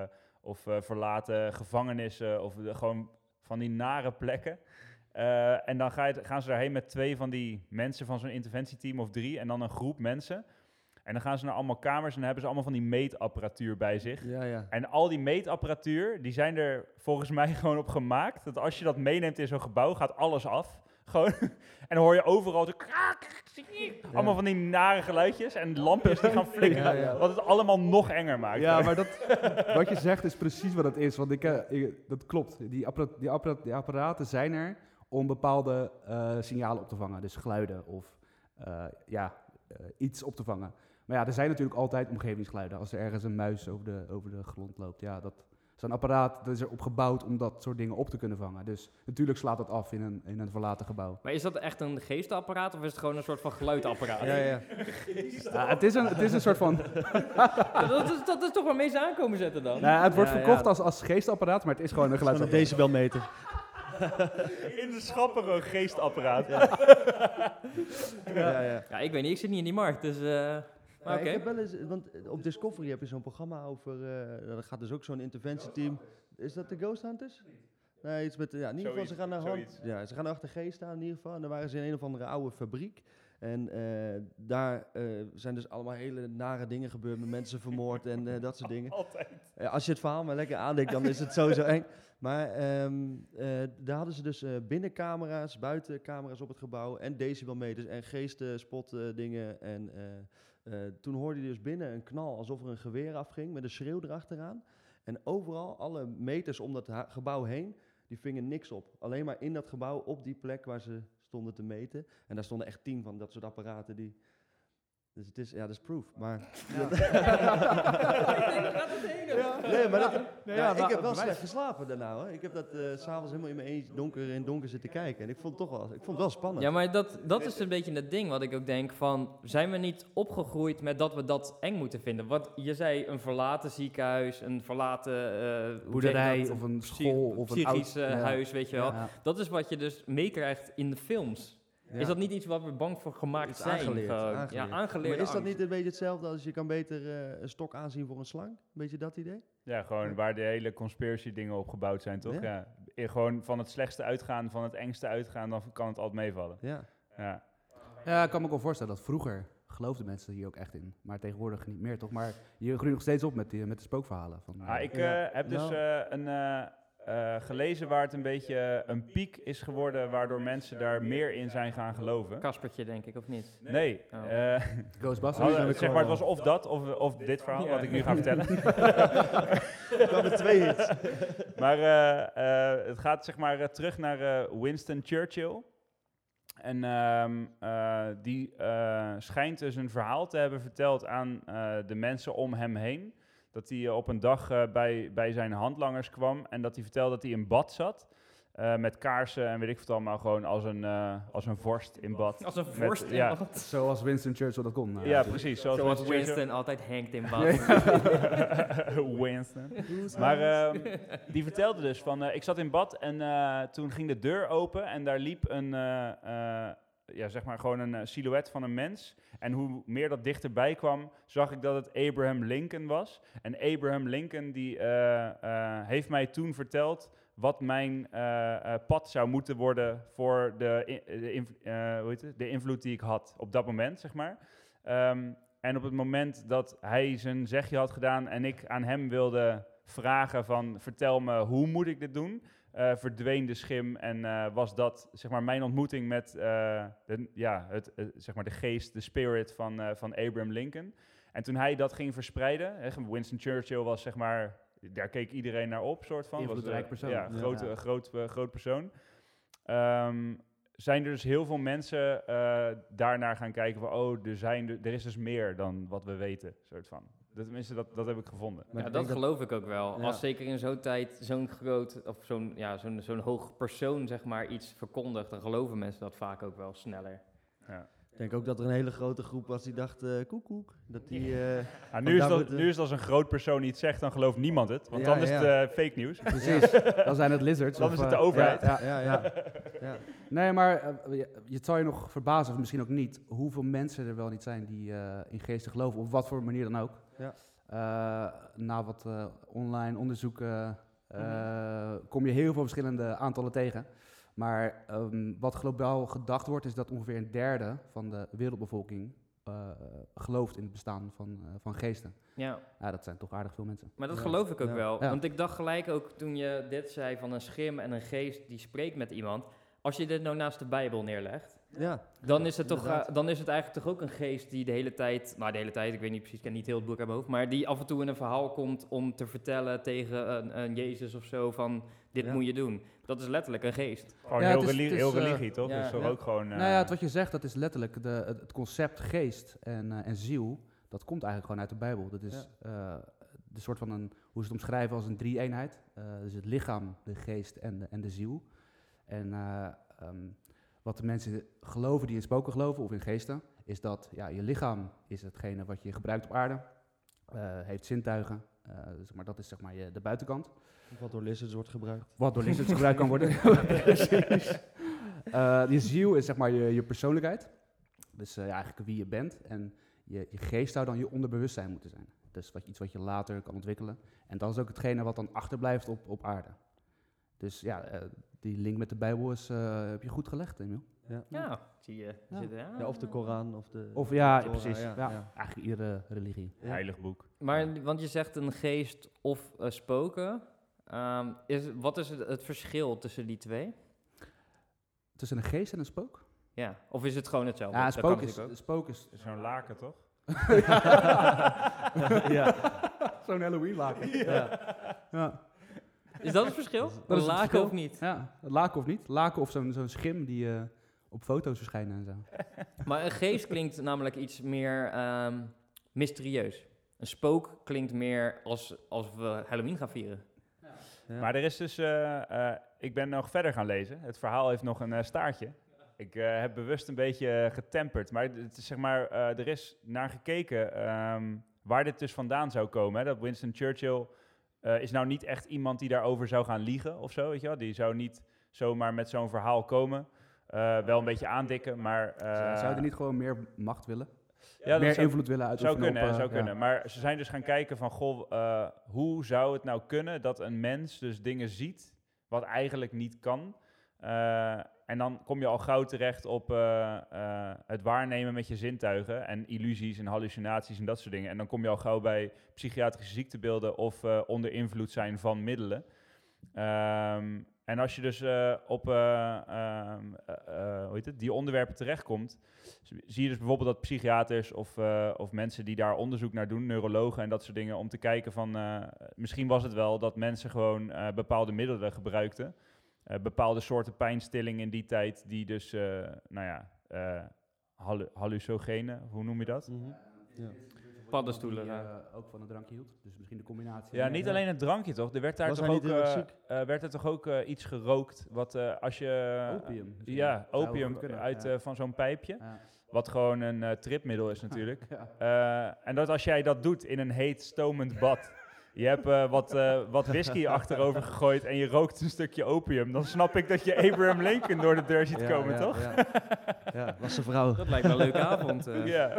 of uh, verlaten gevangenissen of de, gewoon van die nare plekken. Uh, en dan ga je, gaan ze daarheen met twee van die mensen van zo'n interventieteam of drie en dan een groep mensen. En dan gaan ze naar allemaal kamers en dan hebben ze allemaal van die meetapparatuur bij zich. Ja, ja. En al die meetapparatuur, die zijn er volgens mij gewoon op gemaakt. Dat als je dat meeneemt in zo'n gebouw, gaat alles af. Gewoon. En dan hoor je overal zo... Allemaal van die nare geluidjes en lampjes die gaan flikkeren. Ja, ja. Wat het allemaal nog enger maakt. Ja, maar dat, wat je zegt is precies wat het is. Want ik, uh, ik, dat klopt. Die, appara- die, appara- die apparaten zijn er om bepaalde uh, signalen op te vangen. Dus geluiden of uh, ja, uh, iets op te vangen. Maar ja, er zijn natuurlijk altijd omgevingsgeluiden. Als er ergens een muis over de, over de grond loopt. Ja, dat... Zo'n apparaat dat is erop gebouwd om dat soort dingen op te kunnen vangen. Dus natuurlijk slaat dat af in een, in een verlaten gebouw. Maar is dat echt een geestenapparaat of is het gewoon een soort van geluidapparaat? Ja, ja. Ja, het, is een, het is een soort van... Ja, dat, is, dat is toch waar mensen aankomen zetten dan? Nou, het wordt Ja, verkocht ja. Als, als geestapparaat, maar het is gewoon een Gewoon een geluidsapparaat. decibelmeter. In de schappen een geestapparaat. Ja. Ja, ja. Ja, ik weet niet, ik zit niet in die markt, dus... Uh, Ja, Oké. ik heb wel eens, want op Discovery heb je zo'n programma over, uh, daar gaat dus ook zo'n interventieteam. Is dat de Ghost Hunters? Nee, iets met, ja, in ieder geval, Zoiets, ze gaan naar zoiets. hand, ja, ze gaan achter G staan in ieder geval. En dan waren ze in een of andere oude fabriek. En uh, daar uh, zijn dus allemaal hele nare dingen gebeurd, met mensen vermoord en uh, dat soort dingen. Altijd. Uh, als je het verhaal maar lekker aandenkt, dan is het sowieso eng. Maar um, uh, daar hadden ze dus uh, binnencamera's, buitencamera's op het gebouw en decibelmeters en geestenspot uh, dingen en... Uh, Uh, toen hoorde je dus binnen een knal alsof er een geweer afging met een schreeuw erachteraan. En overal, alle meters om dat ha- gebouw heen, die vingen niks op. Alleen maar in dat gebouw, op die plek waar ze stonden te meten. En daar stonden echt tien van dat soort apparaten die... Dus het is, ja, dat is proof, maar... Ja. Nee, maar dat, Nee, ja, ja, ik maar- heb wel maar- slecht geslapen daarna, hoor. Ik heb dat uh, s'avonds helemaal in mijn eentje donker, in het donker zitten kijken. En ik vond het toch wel, ik vond het wel spannend. Ja, maar dat, dat is een beetje het ding wat ik ook denk van... Zijn we niet opgegroeid met dat we dat eng moeten vinden? Want je zei een verlaten ziekenhuis, een verlaten... uh, hoe zeg je Boerderij dat? of een Psy- school of een psychisch oud- uh, ja. huis, weet je wel. Ja. Dat is wat je dus meekrijgt in de films. Ja. Is dat niet iets wat we bang voor gemaakt Het is zijn? aangeleerd, Gewoon? aangeleerd. Ja, aangeleerde Maar is dat angst. niet een beetje hetzelfde als je kan beter uh, een stok aanzien voor een slang? Een beetje dat idee? Ja, gewoon waar de hele conspiracy dingen op gebouwd zijn, toch? Ja. Ja. Ja. Gewoon van het slechtste uitgaan, van het engste uitgaan, dan kan het altijd meevallen. Ja. Ja. Ja, ik kan me ook wel voorstellen dat vroeger geloofden mensen hier ook echt in. Maar tegenwoordig niet meer, toch? Maar je groeit nog steeds op met, die, met de spookverhalen. Van, Ah, ik Ja. uh, heb dus Nou. uh, een, uh, uh, gelezen waar het een beetje een piek is geworden, waardoor mensen daar meer in zijn gaan geloven. Kaspertje, denk ik, of niet? Nee, Oh. uh, Ghostbusters. hadden- ik zeg maar, het was of dat, of, of dit verhaal, Ja. wat ik nu ga vertellen. Er kwamen twee hits. Maar uh, uh, het gaat zeg maar uh, terug naar uh, Winston Churchill. En um, uh, die uh, schijnt dus een verhaal te hebben verteld aan uh, de mensen om hem heen. Dat hij uh, op een dag uh, bij, bij zijn handlangers kwam en dat hij vertelde dat hij in bad zat. Uh, met kaarsen en weet ik wat allemaal, gewoon als een, uh, als een vorst in bad. Als een Met- vorst in ja. bad. Zoals Winston Churchill dat kon. nou, Ja, dus- precies. Zoals, Zoals Winston Winston altijd hangt in bad. Churchill. Winston. Maar uh, die vertelde dus van, uh, ik zat in bad en uh, toen ging de deur open en daar liep een, uh, uh, ja, zeg maar gewoon een uh, silhouet van een mens. En hoe meer dat dichterbij kwam, zag ik dat het Abraham Lincoln was. En Abraham Lincoln die uh, uh, heeft mij toen verteld wat mijn uh, uh, pad zou moeten worden voor de, in, de, inv- uh, hoe heet het? de invloed die ik had op dat moment, zeg maar. Um, en op het moment dat hij zijn zegje had gedaan en ik aan hem wilde vragen van vertel me hoe moet ik dit doen, uh, verdween de schim en uh, was dat zeg maar mijn ontmoeting met uh, de, ja, het, uh, zeg maar de geest, de spirit van, uh, van Abraham Lincoln. En toen hij dat ging verspreiden, hè, Winston Churchill was zeg maar, daar keek iedereen naar op, soort van. Invloedrijk was, persoon. Ja, Ja. grote, Ja. Groot, uh, groot persoon. Um, zijn er dus heel veel mensen uh, daarnaar gaan kijken van, oh, er, zijn er, er is dus meer dan wat we weten, soort van. Dat, tenminste, dat, dat heb ik gevonden. Maar Ja, ik dat denk dat- geloof ik ook wel. Ja. Als zeker in zo'n tijd zo'n groot, of zo'n ja, zo'n zo'n hoog persoon zeg maar iets verkondigt, dan geloven mensen dat vaak ook wel sneller. Ja. Ik denk ook dat er een hele grote groep was die dacht, uh, koek koek. Dat die, uh, Ah, Want nu, is daar dat, wordt, uh, nu is het als een groot persoon iets zegt, dan gelooft niemand het. Want Ja, dan is ja. het uh, fake nieuws. Precies, dan zijn het lizards. Dan of, is het de eh, overheid. Ja, ja, ja, ja. ja. ja. Nee, maar uh, je, je het zal je nog verbazen, of misschien ook niet, hoeveel mensen er wel niet zijn die uh, in geesten geloven, op wat voor manier dan ook. Ja. Uh, na wat uh, online onderzoeken uh, kom je heel veel verschillende aantallen tegen. Maar um, wat globaal gedacht wordt, is dat ongeveer een derde van de wereldbevolking uh, gelooft in het bestaan van, uh, van geesten. Ja. Ja, dat zijn toch aardig veel mensen. Maar dat Ja. geloof ik ook Ja. wel. Ja. Want ik dacht gelijk ook toen je dit zei van een schim en een geest die spreekt met iemand. Als je dit nou naast de Bijbel neerlegt, Ja. dan is het toch, Inderdaad. uh, dan is het eigenlijk toch ook een geest die de hele tijd, nou de hele tijd, ik weet niet precies, ik ken niet heel het boek uit mijn hoofd, maar die af en toe in een verhaal komt om te vertellen tegen een, een Jezus of zo van dit Ja. moet je doen. Dat is letterlijk een geest. Gewoon Ja, heel, het is- reli- het is, heel eh, religie, toch? ja. Dus toch Ja. ook gewoon... eh, Nou ja, het wat je zegt, dat is letterlijk de, het, het concept geest en, uh, en ziel. Dat komt eigenlijk gewoon uit de Bijbel. Dat is uh, de soort van een, hoe ze het omschrijven als een drie-eenheid. Uh, dus het lichaam, de geest en de, en de ziel. En uh, um, wat de mensen geloven die in spoken geloven of in geesten, is dat ja, je lichaam is hetgene wat je gebruikt op aarde. Uh, heeft zintuigen. Uh, dus, maar dat is zeg maar je, de buitenkant. Wat door lizards wordt gebruikt. Wat door lizards gebruikt kan worden. Precies. Uh, je ziel is zeg maar je, je persoonlijkheid. Dus uh, ja, eigenlijk wie je bent. En je, je geest zou dan je onderbewustzijn moeten zijn. Dus wat, iets wat je later kan ontwikkelen. En dat is ook hetgene wat dan achterblijft op, op aarde. Dus ja, uh, die link met de Bijbel is, uh, heb je goed gelegd, Emiel. Ja. Ja, zie je. Ja. Zit er, ja. Ja, of de Koran. Of, de, Of ja, de ja, Torah, precies. Ja, Ja, ja. Eigenlijk iedere religie. Ja. heilig boek. Maar, want je zegt een geest of uh, spoken. Um, is, wat is het, het verschil tussen die twee? Tussen een geest en een spook? Ja, of is het gewoon hetzelfde? Ja, een Dat kan spook is, natuurlijk een spook is Zo'n laken, toch? Ja. zo'n Halloween-laken. Ja. Ja. ook. Is dat het verschil? Dat is Een het laken verschil. of niet? Ja, laken of niet. Laken of zo'n zo'n schim die uh, op foto's verschijnen en zo. Maar een geest klinkt namelijk iets meer um, mysterieus. Een spook klinkt meer als, als we Halloween gaan vieren. Ja. Maar er is dus... eh, uh, ik ben nog verder gaan lezen. Het verhaal heeft nog een uh, staartje. Ik uh, heb bewust een beetje uh, getemperd. Maar het is, zeg maar, uh, er is naar gekeken um, waar dit dus vandaan zou komen. Hè? Dat Winston Churchill uh, is nou niet echt iemand die daarover zou gaan liegen of zo. Weet je wel? Die zou niet zomaar met zo'n verhaal komen. Uh, wel een beetje aandikken, maar... Uh, Zou je niet gewoon meer macht willen? ja, dat meer zou, invloed willen uitoefenen zou kunnen, op... uh, zou ja. kunnen. Maar ze zijn dus gaan kijken van... Goh, uh, hoe zou het nou kunnen dat een mens dus dingen ziet... wat eigenlijk niet kan... Uh, en dan kom je al gauw terecht op uh, uh, het waarnemen met je zintuigen en illusies en hallucinaties en dat soort dingen. En dan kom je al gauw bij psychiatrische ziektebeelden of uh, onder invloed zijn van middelen. Um, en als je dus uh, op uh, uh, uh, hoe heet het, die onderwerpen terechtkomt, zie je dus bijvoorbeeld dat psychiaters of, uh, of mensen die daar onderzoek naar doen, neurologen en dat soort dingen, om te kijken van uh, misschien was het wel dat mensen gewoon uh, bepaalde middelen gebruikten. Uh, bepaalde soorten pijnstilling in die tijd, die dus, uh, nou ja, uh, hallu- hallucinogenen, hoe noem je dat? Mm-hmm. Ja. Paddenstoelen, Die, ja. uh, ook van de drankje hield. Dus misschien de combinatie. Ja, niet alleen het drankje toch? Er werd daar Was toch hij ook, niet heel erg uh, ziek? uh, werd er toch ook uh, iets gerookt, wat uh, als je... Opium misschien. Ja, Zou opium goed kunnen, uit ja. uh, van zo'n pijpje, Ja. wat gewoon een uh, tripmiddel is natuurlijk. Ja. Uh, en dat als jij dat doet in een heet, stomend bad... Je hebt uh, wat, uh, wat whisky achterover gegooid en je rookt een stukje opium. Dan snap ik dat je Abraham Lincoln door de deur ziet Ja, komen, ja, toch? Ja, ja, was zijn vrouw. Dat lijkt me een leuke avond. Uh. Ja.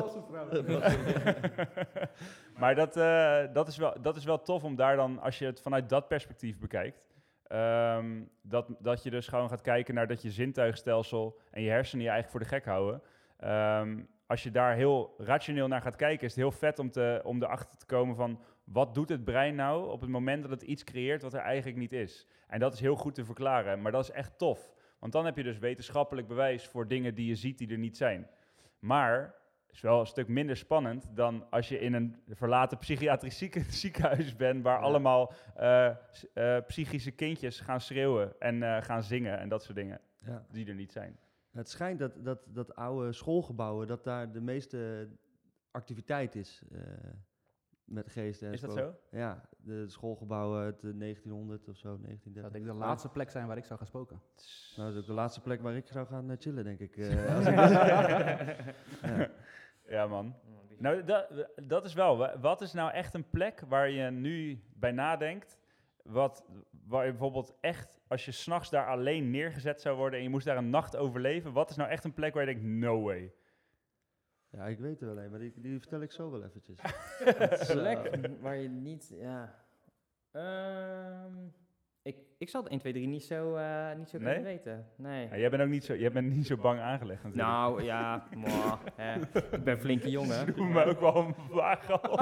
Maar dat, uh, dat, is wel, dat is wel tof om daar dan, als je het vanuit dat perspectief bekijkt, um, dat, dat je dus gewoon gaat kijken naar dat je zintuigstelsel en je hersenen je eigenlijk voor de gek houden. Um, als je daar heel rationeel naar gaat kijken, is het heel vet om, te, om erachter te komen van... Wat doet het brein nou op het moment dat het iets creëert wat er eigenlijk niet is? En dat is heel goed te verklaren, maar dat is echt tof. Want dan heb je dus wetenschappelijk bewijs voor dingen die je ziet die er niet zijn. Maar het is wel een stuk minder spannend dan als je in een verlaten psychiatrisch zieke, ziekenhuis bent... waar Ja. allemaal uh, uh, psychische kindjes gaan schreeuwen en uh, gaan zingen en dat soort dingen Ja. die er niet zijn. Het schijnt dat, dat, dat oude schoolgebouwen, dat daar de meeste activiteit is uh, met geesten. En Is dat spoken. zo? Ja, de schoolgebouwen uit uh, negentienhonderd of zo, Dat negentienhonderddertig. denk ik de laatste plek zijn waar ik zou gaan spoken. Nou, dat is ook de laatste plek waar ik zou gaan uh, chillen, denk ik. Uh, als ik ja. Ja, man. Nou, dat, dat is wel. wa- Wat is nou echt een plek waar je nu bij nadenkt? Wat, waar je bijvoorbeeld echt, als je s'nachts daar alleen neergezet zou worden en je moest daar een nacht overleven, wat is nou echt een plek waar je denkt, no way? Ja, ik weet er wel een, maar die, die vertel ik zo wel eventjes. Plek waar je niet, ja... Ehm, ik, ik zal het één, twee, drie niet zo, uh, niet zo Nee? kunnen weten. Nee. Ja, jij bent ook niet zo, jij bent niet zo bang aangelegd natuurlijk. Nou, ja, mwah, hè. Ik ben een flinke jongen. Ik voel me ook wel een wagen al.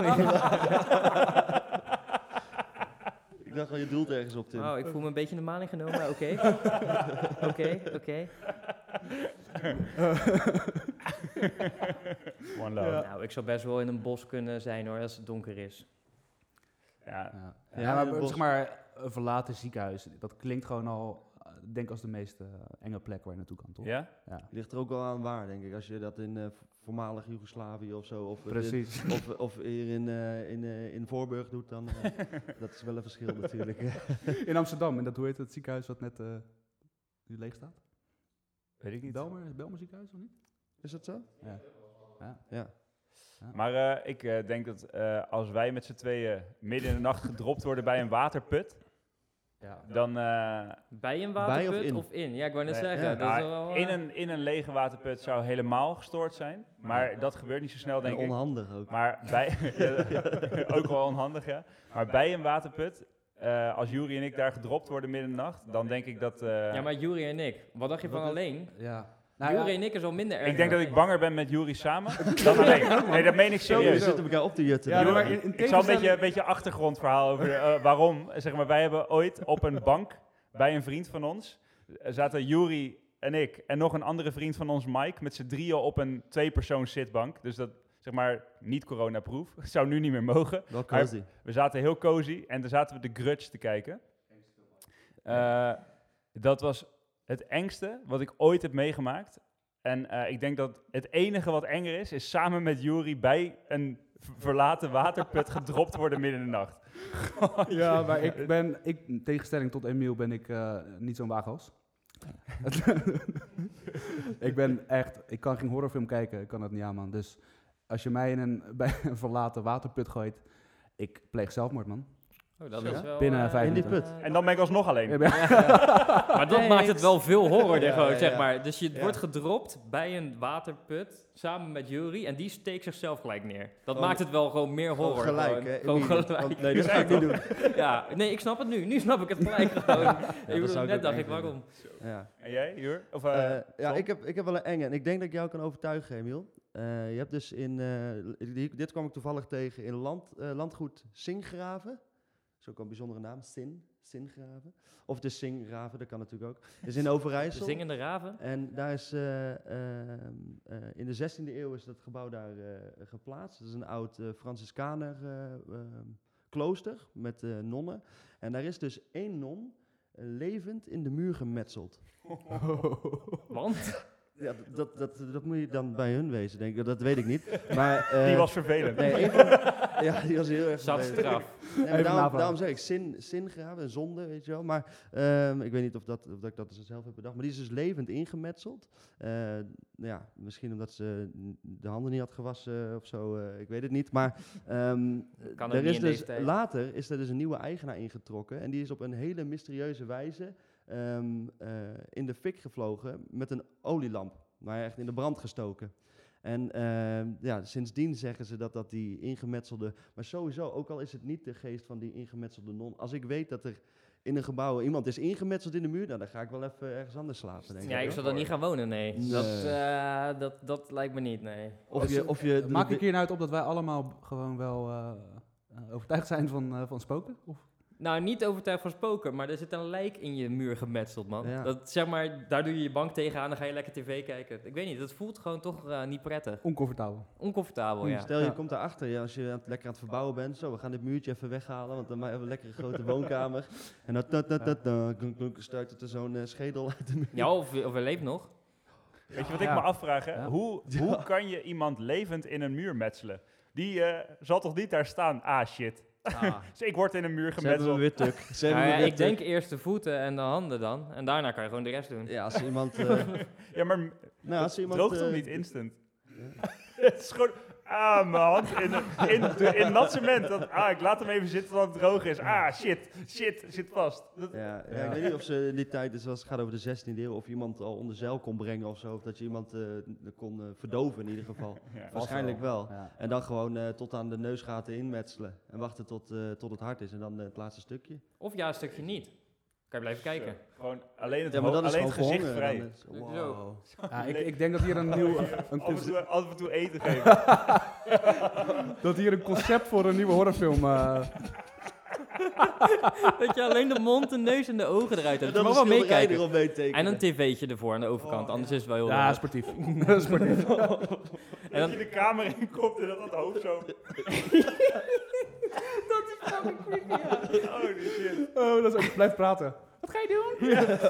Ik dacht al, je doelt ergens op, Tim. Oh, ik voel me een beetje in de maling genomen, maar oké. Oké, oké. One love. Ja. Nou, ik zou best wel in een bos kunnen zijn hoor, als het donker is. Ja. Ja, Ja, ja, maar in het bos. zeg maar, een verlaten ziekenhuis, dat klinkt gewoon al, uh, denk als de meest uh, enge plek waar je naartoe kan, toch? Ja? Ja. Ligt er ook wel aan waar, denk ik. Als je dat in uh, voormalig Joegoslavië of zo, of, uh, Precies. dit- of, of hier in, uh, in, uh, in Voorburg doet, dan uh, dat is wel een verschil natuurlijk. In Amsterdam, en dat hoe heet het ziekenhuis wat net uh, nu leeg staat? Weet ik niet. Belmer, Belmer ziekenhuis of niet? Is dat zo? Ja. Ja. Ja. Maar uh, ik uh, denk dat uh, als wij met z'n tweeën midden in de nacht gedropt worden bij een waterput, Ja. dan uh, Bij een Bij waterput of in? of in? Ja, ik wou net Nee, zeggen. ja. dat is nou, wel, uh, in, een, in een lege waterput zou helemaal gestoord zijn. Maar dat gebeurt niet zo snel, En denk ik. onhandig ook. Maar bij, ook wel onhandig, ja. Maar bij een waterput, uh, als Juri en ik daar gedropt worden midden in de nacht, dan denk ik dat... Uh, Ja, maar Juri en ik. Wat dacht je van Wat is- alleen? Ja. Nou, Juri ja, en ik is al minder erg. ik denk dat ik banger ben met Juri samen dan alleen. Nee, dat meen ik We serieus. zitten elkaar op te jutten. Ja, dan. maar in- in Ik zal een tegenstelling- beetje, een beetje achtergrondverhaal over uh, waarom. Zeg maar, wij hebben ooit op een bank bij een vriend van ons, uh, zaten Juri en ik en nog een andere vriend van ons, Mike, met z'n drieën op een tweepersoons zitbank. Dus dat, zeg maar, niet coronaproof. Zou nu niet meer mogen. Wel cozy. We zaten heel cozy en toen zaten we de Grudge te kijken. Uh, dat was het engste wat ik ooit heb meegemaakt. En uh, ik denk dat het enige wat enger is, is samen met Juri bij een v- verlaten waterput gedropt worden midden in de nacht. Ja, maar ik ben, ik, in tegenstelling tot Emiel, ben ik uh, niet zo'n waaghals. Ik ben echt, ik kan geen horrorfilm kijken, ik kan dat niet aan, man. Dus als je mij in een, bij een verlaten waterput gooit, ik pleeg zelfmoord, man. Oh, dat Zo. is wel... Binnen eh, vijf In die minuten. put. En dan ben ik alsnog alleen. Ik ben- Maar dat maakt het wel veel horror, Ja, gewoon, ja, zeg ja. maar. Dus je Ja. wordt gedropt bij een waterput samen met Juri en die steekt zichzelf gelijk neer. Dat Gewoon- maakt het wel gewoon meer Gewoon horror. gelijk, gewoon. hè? Gewoon immediate. gelijk. Want- Nee, dat ga ik niet doen. Ja, nee, ik snap het nu. Nu snap ik het gelijk gewoon. dat ik bedoel, zou ik net ook dacht eng ik, waarom? Ja. En jij, Jur? Of, uh, Eh, ja, Tom? ik heb, ik heb wel een enge. En ik denk dat ik jou kan overtuigen, Emiel. Eh, je hebt dus in... eh, die- dit kwam ik toevallig tegen in land, eh, landgoed Singraven. Dat is ook een bijzondere naam. Sin. Singraven. Of de Singraven, dat kan natuurlijk ook. Dat is in De Overijssel. zingende raven? En daar is... eh, ehm, eh, in de zestiende eeuw is dat gebouw daar eh, geplaatst. Dat is een oud uh, Franciscaner eh, ehm, klooster met eh, nonnen. En daar is dus één non eh, levend in de muur gemetseld. Want? Ja, dat, dat, dat, dat moet je dan bij hun wezen, denk ik. Dat weet ik niet. Maar, eh, Die was vervelend. Nee, een van, ja, die was heel erg Zat vervelend. straf. Nee, maar Even daarom, navragen. daarom zeg ik zin, zingraven, zonde, weet je wel. Maar ehm, ik weet niet of, dat, of dat ik dat dus zelf heb bedacht. Maar die is dus levend ingemetseld. Eh, nou ja, misschien omdat ze de handen niet had gewassen of zo, eh, ik weet het niet. Maar ehm, Kan ook er niet is in dus, deze tijd. later is er dus een nieuwe eigenaar ingetrokken. En die is op een hele mysterieuze wijze ehm, eh, in de fik gevlogen met een olielamp. Maar echt in de brand gestoken. En ehm, ja, sindsdien zeggen ze dat dat die ingemetselde... Maar sowieso, ook al is het niet de geest van die ingemetselde non... Als ik weet dat er in een gebouw iemand is ingemetseld in de muur... Nou, dan ga ik wel even ergens anders slapen, denk ik. Ja, ik zou daar niet gaan wonen, nee. Nee. Dat, eh, dat, dat lijkt me niet, nee. Of je... Of je Maak ik hier nou uit op dat wij allemaal gewoon wel uh, uh, overtuigd zijn van, uh, van spoken? Of? Nou, niet overtuigd van spoken, maar er zit een lijk in je muur gemetseld, man. Ja. Dat, zeg maar, daar doe je je bank tegenaan, dan ga je lekker tv kijken. Ik weet niet, dat voelt gewoon toch uh, niet prettig. Oncomfortabel. Oncomfortabel, ja. Stel je Ja. komt daarachter, ja, als je aan het, lekker aan het verbouwen bent. Zo, we gaan dit muurtje even weghalen, want dan hebben we een lekkere grote woonkamer. En dan ta- ta- ta- ta- klunk, klunk, stuit er zo'n uh, schedel uit de muur. Ja, of, of hij leeft nog. Weet je wat ik Ja. me afvraag? Hè? Ja. Hoe, hoe kan je iemand levend in een muur metselen? Die uh, zal toch niet daar staan? Ah, shit. Ah. Dus ik word in een muur Ze hebben we gemetseld. weer tuk. Ze hebben Nou we ja, weer ik denk tuk. eerst de voeten en de handen dan. En daarna kan je gewoon de rest doen. Ja, als iemand... Uh, Ja, maar m- nou, als iemand... droogt toch eh, niet instant? ja. Het is gewoon Ah, mijn hand in, in, in nat cement. Dat, ah, ik laat hem even zitten tot het droog is. Ah, shit, shit, zit vast. Dat, Ja, ja, Ja. ik weet niet of ze in die tijd, dus als het gaat over de zestiende eeuw, of iemand al onder zeil kon brengen of zo. Of dat je iemand eh, kon uh, verdoven in ieder geval. ja. Waarschijnlijk wel. Ja. En dan gewoon uh, tot aan de neusgaten inmetselen. En wachten tot, uh, tot het hard is. En dan uh, het laatste stukje. Of ja, een stukje niet. Kan je blijven kijken. Zo, gewoon alleen het, Ja, maar ho- dan is alleen het gewoon gezicht verhongeren. vrij. Dan is- Zo. wow. Ja, ik, ik denk dat hier een nieuw een Af en, concept, toe, af en toe eten geven. dat hier een concept voor een nieuwe horrorfilm. Uh, Dat je alleen de mond, de neus en de ogen eruit hebt. En Je dan mag een wel schilderij meekijken. erop meetekenen. En een tv'tje ervoor aan de overkant, Oh, anders ja. is het wel heel ja, leuk. sportief. sportief. En Dat dan, je de kamer in komt en dat dat hoofd zo... Holy shit. Oh, dat is ook, blijf praten. Wat ga je doen?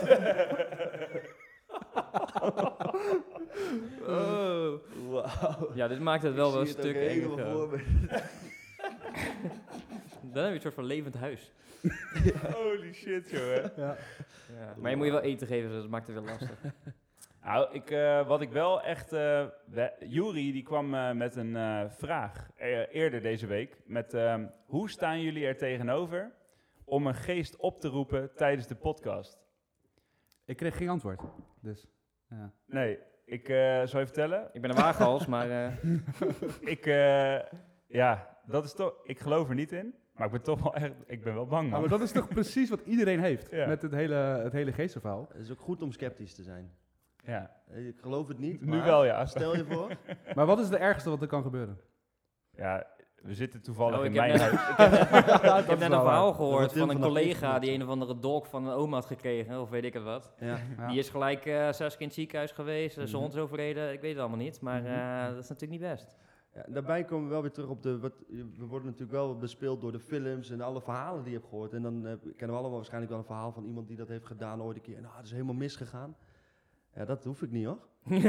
oh. Wauw. Ja, dit maakt het wel Ik wel een zie het ook stuk helemaal enger. voor me. Dan heb je een soort van levend huis. Holy shit, joh. Hè. Ja. Ja. Maar je moet je wel eten geven, dus dat maakt het wel lastig. Nou, ik, eh, wat ik wel echt... eh we- Juri, die kwam eh, met een eh, vraag eh, eerder deze week. Met, ehm, hoe staan jullie er tegenover om een geest op te roepen tijdens de podcast? Ik kreeg geen antwoord. Dus, ja. Nee, ik eh, zal je vertellen. Ik ben een waaghals, maar... eh, Ik, eh, ja, dat is toch... Ik geloof er niet in, maar ik ben toch wel echt... Ik ben wel bang, Ja, man. maar dat is toch precies wat iedereen heeft Ja. met het hele, het hele geestenverhaal. Het is ook goed om sceptisch te zijn. Ja, Eh, Ik geloof het niet, nu maar wel, ja. stel je voor. Maar wat is het ergste wat er kan gebeuren? Ja, we zitten toevallig oh, in ik heb mijn net, huis. ik heb net, ik Dat heb is net een wel verhaal waar. gehoord Tim van een vanaf collega internet. die een of andere dolk van een oma had gekregen, of weet ik het wat. Ja. Ja. Die is gelijk eh, zes keer in het ziekenhuis geweest, zijn Mhm. hond is overleden, ik weet het allemaal niet. Maar eh, dat is natuurlijk niet best. Ja, daarbij komen we wel weer terug op de... Wat, we worden natuurlijk wel bespeeld door de films en alle verhalen die je hebt gehoord. En dan eh, kennen we allemaal waarschijnlijk wel een verhaal van iemand die dat heeft gedaan ooit een keer. En nou, het is helemaal misgegaan. Ja, dat hoef ik niet, hoor.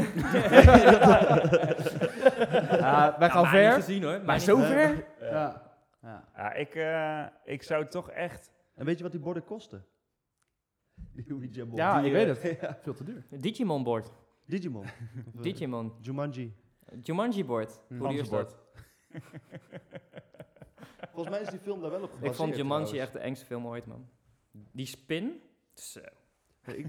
Ja, wij gaan Nou, maar ver. niet gezien hoor. Maar Maar zo zo ver? Ja. Ja. Ja. Ja, ik, eh, ik zou toch echt... En weet je wat die borden kosten? Die Ouija board. Ja, Die, ik eh, weet het. Veel te duur. Digimon board. Digimon. Of, eh, Digimon. Jumanji. Jumanji board. Hm. Hoe duur is dat? Volgens mij is die film daar wel op gebaseerd. Ik vond Jumanji trouwens. echt de engste film ooit, man. Die spin. Zo. Ik,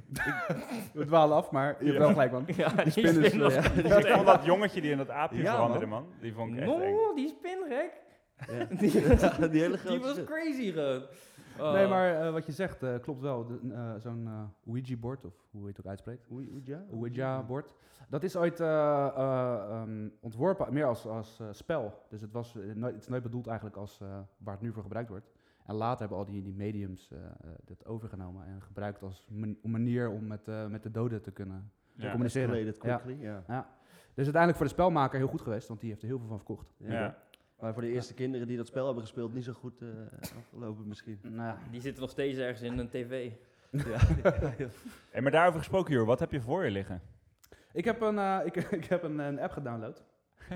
We dwalen af, maar je hebt Ja. wel gelijk, man. Ja, die spin is, spin was eh, echt Ik vond dat jongetje die in dat aapje Ja, veranderde, man. Die vond ik echt eng. No, die spin gek. ja. Die, die hele die grote was shit. crazy gewoon. Oh. Nee, maar eh, wat je zegt eh, klopt wel. De- eh, Zo'n eh, Ouija-board, of hoe je het ook uitspreekt. Oei, Ouija? Ouija-bord. Dat is ooit eh, eh, ehm, ontworpen meer als, als eh, spel. Dus het, was, eh, nooit, het is nooit bedoeld eigenlijk als eh, waar het nu voor gebruikt wordt. En later hebben al die, die mediums eh, eh, dit overgenomen en gebruikt als man- manier om met, eh, met de doden te kunnen Ja. communiceren. Escalated Ja. quickly, ja. Ja. Dus uiteindelijk voor de spelmaker heel goed geweest, want die heeft er heel veel van verkocht. Ja. Ja. Maar voor de eerste kinderen die dat spel hebben gespeeld, niet zo goed eh, afgelopen misschien. Nou ja, Die zitten nog steeds ergens in een tv. Ja. Hey, maar daarover gesproken, joh. Wat heb je voor je liggen? ik heb een, eh, ik, ik heb een, een app gedownload.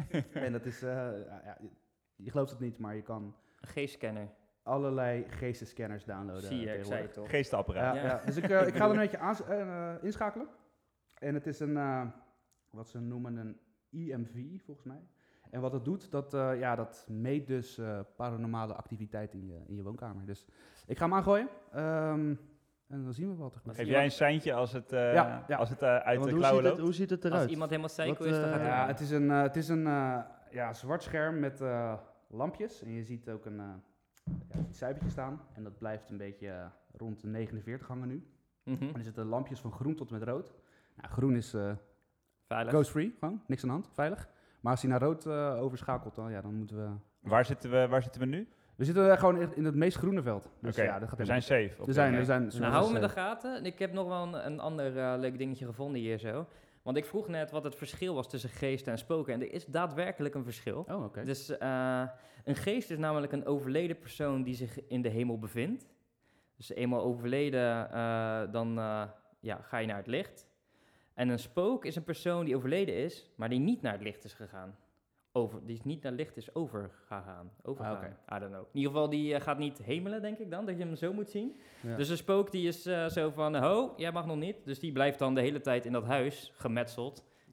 En dat is, eh, ja, ja, je, je gelooft het niet, maar je kan Een G-scanner. allerlei geestenscanners downloaden. Zie je, ik zei tegenwoordig. het toch. Geestenapparaat. Ja, Ja. ja. Dus ik, eh, ik ga er een beetje aans- eh, eh, inschakelen. En het is een, eh, wat ze noemen een E M V, volgens mij. En wat het doet, dat, eh, ja, dat meet dus eh, paranormale activiteit in je, in je woonkamer. Dus ik ga hem aangooien. Ehm, en dan zien we wat er gebeurt. Geef jij een seintje als het, eh, Ja, ja. Als het eh, uit Want de hoe, klauwen ziet het, loopt? hoe ziet het Als eruit? iemand helemaal psycho Wat, is, dan eh, gaat hij... Ja, het is een, eh, het is een eh, ja, zwart scherm met eh, lampjes. En je ziet ook een, uh, ja, een cijfertje staan. En dat blijft een beetje eh, rond de negenenveertig hangen nu. Mhm. En er zitten lampjes van groen tot en met rood. Nou, groen is eh, Veilig. ghost free, gewoon niks aan de hand, veilig. Maar als hij naar rood eh, overschakelt, dan, ja, dan moeten we... Waar zitten we, waar zitten we nu? We zitten eh, gewoon echt in het meest groene veld. Dus Oké, ja, dat gaat we zijn helemaal- safe. op We dit zijn, we moment. zijn, Nou, zoals, hou hem in eh, de gaten. En ik heb nog wel een, een ander eh, leuk dingetje gevonden hier zo. Want ik vroeg net wat het verschil was tussen geesten en spoken. En er is daadwerkelijk een verschil. Oh, oké. Dus eh, een geest is namelijk een overleden persoon die zich in de hemel bevindt. Dus eenmaal overleden, eh, dan eh, ja, ga je naar het licht. En een spook is een persoon die overleden is, maar die niet naar het licht is gegaan. Over, die niet naar het licht is overgegaan. overgegaan. Ah, oké. I don't know. In ieder geval, die eh, gaat niet hemelen, denk ik dan, dat je hem zo moet zien. Ja. Dus een spook die is eh, zo van, ho, jij mag nog niet. Dus die blijft dan de hele tijd in dat huis gemetseld.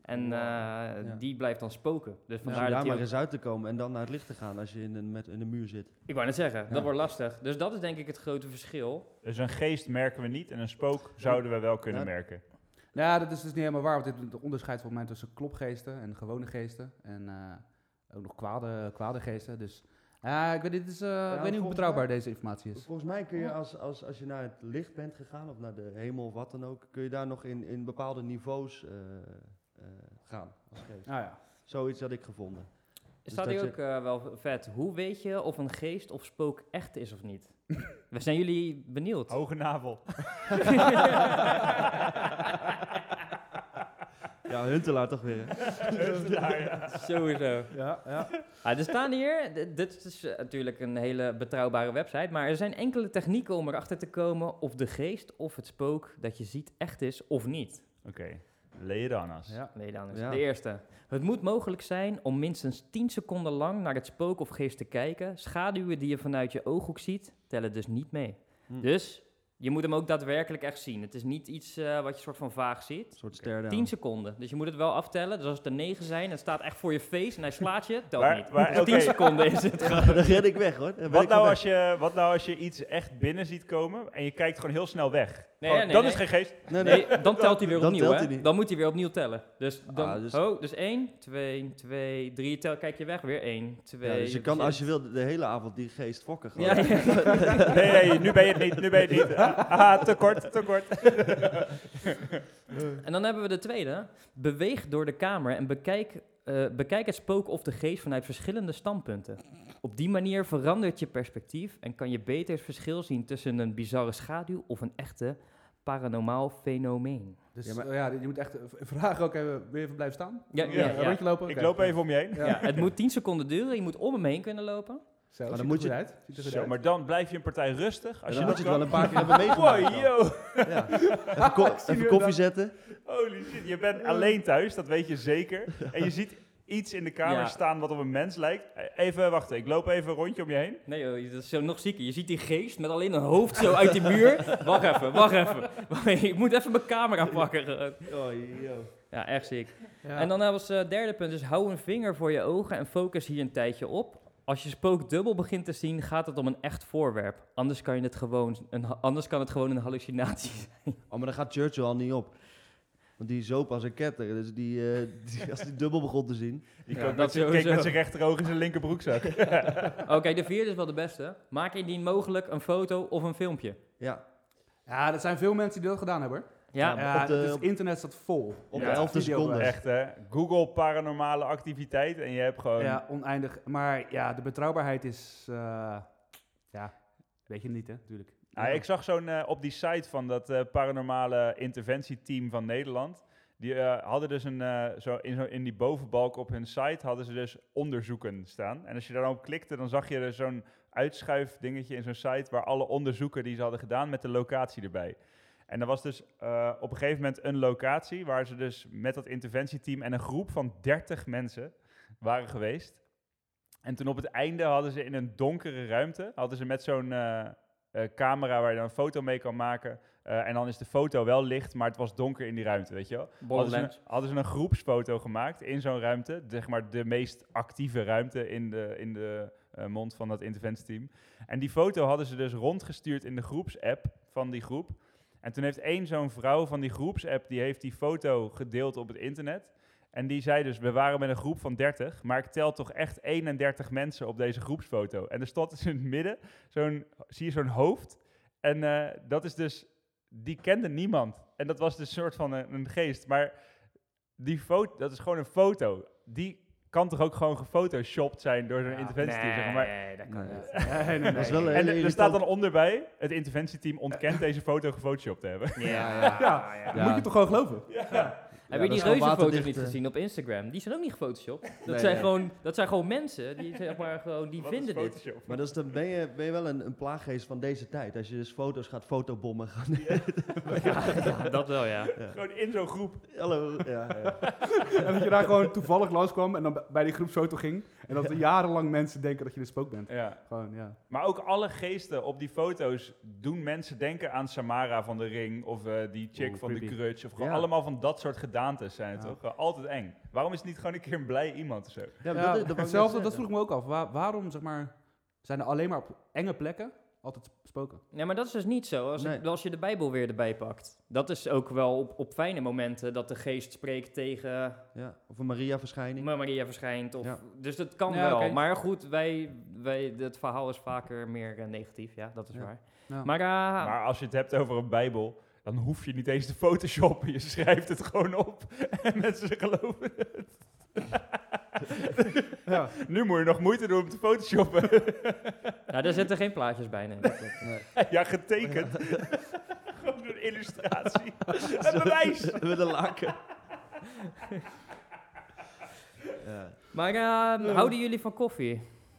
En Wow. uh, Ja. die blijft dan spoken. Dus Dus vandaar om dat daar die maar ook- eens uit te komen en dan naar het licht te gaan als je in een, met, in een muur zit. Ik wou net zeggen, Ja. dat wordt lastig. Dus dat is denk ik het grote verschil. Dus een geest merken we niet en een spook zouden we wel kunnen Ja. merken. Nou, dat is dus niet helemaal waar, want dit is het onderscheid volgens mij tussen klopgeesten en gewone geesten. En eh, ook nog kwade, kwade geesten. Dus ja, ik weet, dit is, eh, ik weet niet hoe volgens betrouwbaar mij- deze informatie is. Volgens mij kun je als, als, als je naar het licht bent gegaan of naar de hemel of wat dan ook, kun je daar nog in, in bepaalde niveaus eh, eh, gaan als geest. Ah ja. Zoiets had ik gevonden. Dus Staat dat hier je- ook eh, wel vet. Hoe weet je of een geest of spook echt is of niet? We zijn jullie benieuwd. Hoge navel. Ja, Huntelaar toch weer. hè? Daar, ja. Sowieso. Ja, ja. Ah, er staan hier, d- dit is eh, natuurlijk een hele betrouwbare website, maar er zijn enkele technieken om erachter te komen of de geest of het spook dat je ziet echt is of niet. Oké, lay it on us. ja. Nee, dan is Ja. de eerste. Het moet mogelijk zijn om minstens tien seconden lang naar het spook of geest te kijken. Schaduwen die je vanuit je ooghoek ziet, tellen dus niet mee. Hm. Dus je moet hem ook daadwerkelijk echt zien. Het is niet iets eh, wat je soort van vaag ziet. Een soort stare-down. tien seconden. Dus je moet het wel aftellen. Dus als het er negen zijn en het staat echt voor je face en hij slaat je, telt Maar- niet. maar, Dus oké. tien seconden is het. Dan ren ik weg hoor. Dan ben Wat ik nou, weg. als je, wat nou als je iets echt binnen ziet komen en je kijkt gewoon heel snel weg? Nee, Gewoon, nee, dan nee. is geen geest. Nee, nee. Nee, dan telt hij weer Dan opnieuw, telt hè? hij niet. Dan moet hij weer opnieuw tellen. Dus, dan, Ah, dus- oh, dus één, twee, twee, drie, tel, kijk je weg, weer één, twee. Ja, dus je kan als je wil de, de hele avond die geest fokken gewoon. Ja, ja. Nee, nee, nu ben je het niet, nu ben je het niet. Ah, ah, te kort, te kort. En dan hebben we de tweede. Beweeg door de kamer en bekijk, eh, bekijk het spook of de geest vanuit verschillende standpunten. Op die manier verandert je perspectief en kan je beter het verschil zien tussen een bizarre schaduw of een echte paranormaal fenomeen. Dus Ja, maar- eh, ja, je moet echt eh, v- vragen ook even, wil je even blijven staan? Ja, Ja, ja, Een ja. rondje lopen? Ik Oké. loop even om je heen. Ja. Ja, het moet tien seconden duren, je moet om hem heen kunnen lopen. Zo, Maar ziet dan er moet goed je- uit. Ziet er goed Zo, uit. maar dan blijf je een partij rustig. En Als dan je moet je dat het wel kan. een paar keer hebben meegemaakt. Wow, dan. yo. Ja. Even, ko- even nu koffie dat- zetten. Holy shit, je bent alleen thuis, dat weet je zeker. En je ziet iets in de kamer Ja. staan wat op een mens lijkt. Even wachten, ik loop even een rondje om je heen. Nee joh, dat is zo nog zieker. Je ziet die geest met alleen een hoofd zo uit die muur. Wacht even, wacht even. Ik moet even mijn camera pakken. gewoon. Oh, yo. Ja, echt ziek. Ja. En dan was het derde punt, dus hou een vinger voor je ogen en focus hier een tijdje op. Als je spook dubbel begint te zien, gaat het om een echt voorwerp. Anders kan, je het, gewoon een, ha- anders kan het gewoon een hallucinatie zijn. Oh, maar dan gaat Churchill al niet op. Want die zoop als een ketter. Dus die, eh, die, als die dubbel begon te zien. Die Ja, keek dat met zijn- keek sowieso. met zijn rechteroog in zijn linkerbroekzak. Oké, de vierde is wel de beste. Maak indien mogelijk een foto of een filmpje. Ja, Ja, er zijn veel mensen die dat gedaan hebben. hoor. Ja, Ja, op de- het is- internet staat vol. op Ja, de elfde video seconde. was. Echt hè, Google paranormale activiteit en je hebt gewoon... Ja, oneindig. Maar ja, de betrouwbaarheid is, eh, ja, weet je niet hè, natuurlijk. Ah, ik zag zo'n eh, op die site van dat eh, paranormale interventieteam van Nederland. Die eh, hadden dus een, eh, zo in, zo in die bovenbalk op hun site hadden ze dus onderzoeken staan. En als je daar dan op klikte, dan zag je er zo'n uitschuifdingetje in zo'n site waar alle onderzoeken die ze hadden gedaan met de locatie erbij. En er was dus eh, op een gegeven moment een locatie waar ze dus met dat interventieteam en een groep van dertig mensen waren geweest. En toen op het einde hadden ze in een donkere ruimte, hadden ze met zo'n eh, eh, camera waar je dan een foto mee kan maken. eh, en dan is de foto wel licht, maar het was donker in die ruimte, weet je wel. Hadden ze, een, Borderlands. hadden ze een groepsfoto gemaakt in zo'n ruimte, zeg maar de meest actieve ruimte in de, in de eh, mond van dat interventieteam. En die foto hadden ze dus rondgestuurd in de groepsapp van die groep. En toen heeft één zo'n vrouw van die groepsapp, die heeft die foto gedeeld op het internet. En die zei dus, we waren met een groep van dertig, maar ik tel toch echt eenendertig mensen op deze groepsfoto. En er stond dus in het midden, zo'n, zie je zo'n hoofd. En eh, dat is dus, die kende niemand. En dat was dus een soort van een, een geest. Maar die foto, dat is gewoon een foto. Die kan toch ook gewoon gefotoshopt zijn door zo'n Ja, interventieteam, zeg maar. Nee, dat kan Nee. niet. Nee, nee, nee. Dat is wel een En hele er- er irritant- staat dan onderbij, het interventieteam ontkent deze foto gefotoshopt te hebben. Ja, Ja, ja, Ja, ja. dat moet je toch gewoon geloven? Heb Ja, je dat die is gewoon reuzenfoto's waterdicht, niet eh. gezien op Instagram? Die zijn ook niet gefotoshopt. Dat, Nee, zijn, nee. Gewoon, dat zijn gewoon mensen die, zeg maar, gewoon, die Wat is vinden dit. Photoshop? Maar dus dan ben je, ben je wel een, een plaaggeest van deze tijd. Als je dus foto's gaat fotobommen. Gaan, Ja, ja, dat wel, ja. Gewoon in zo'n groep. hallo. Ja, ja. En dat je daar gewoon toevallig langskwam en dan b- bij die groepsfoto ging. En dat er jarenlang mensen denken dat je een spook bent. Ja. Gewoon, ja. Maar ook alle geesten op die foto's doen mensen denken aan Samara van de Ring of uh, die chick Oeh, van de creepy. Grudge. Of gewoon Ja. allemaal van dat soort gedaantes zijn het Ja. toch? Gewoon altijd eng. Waarom is het niet gewoon een keer een blij iemand of zo? Ja, Ja, dat, dat, wou ik net hetzelfde, dat zeggen. vroeg ik me ook af. Waar- waarom, zeg maar, zijn er alleen maar op enge plekken altijd spoken? Ja, maar dat is dus niet zo. Als, Nee. ik- als je de Bijbel weer erbij pakt. Dat is ook wel op, op fijne momenten dat de geest spreekt tegen Ja, of een Maria-verschijning. Ma- Maria verschijnt. Of, Ja. Dus dat kan Ja, wel. oké. Maar goed, wij, wij, het verhaal is vaker meer eh, negatief. Ja, dat is Ja. waar. Ja. Maar, eh, Maar als je het hebt over een Bijbel, dan hoef je niet eens te photoshoppen. Je schrijft het gewoon op en mensen geloven het. Ja. Nu moet je nog moeite doen om te photoshoppen. ja, daar zitten geen plaatjes bij. Nee. Dat klopt. Nee. Ja, getekend. Gewoon een illustratie. Een bewijs. Met een laken. ja. Maar eh, houden jullie van koffie?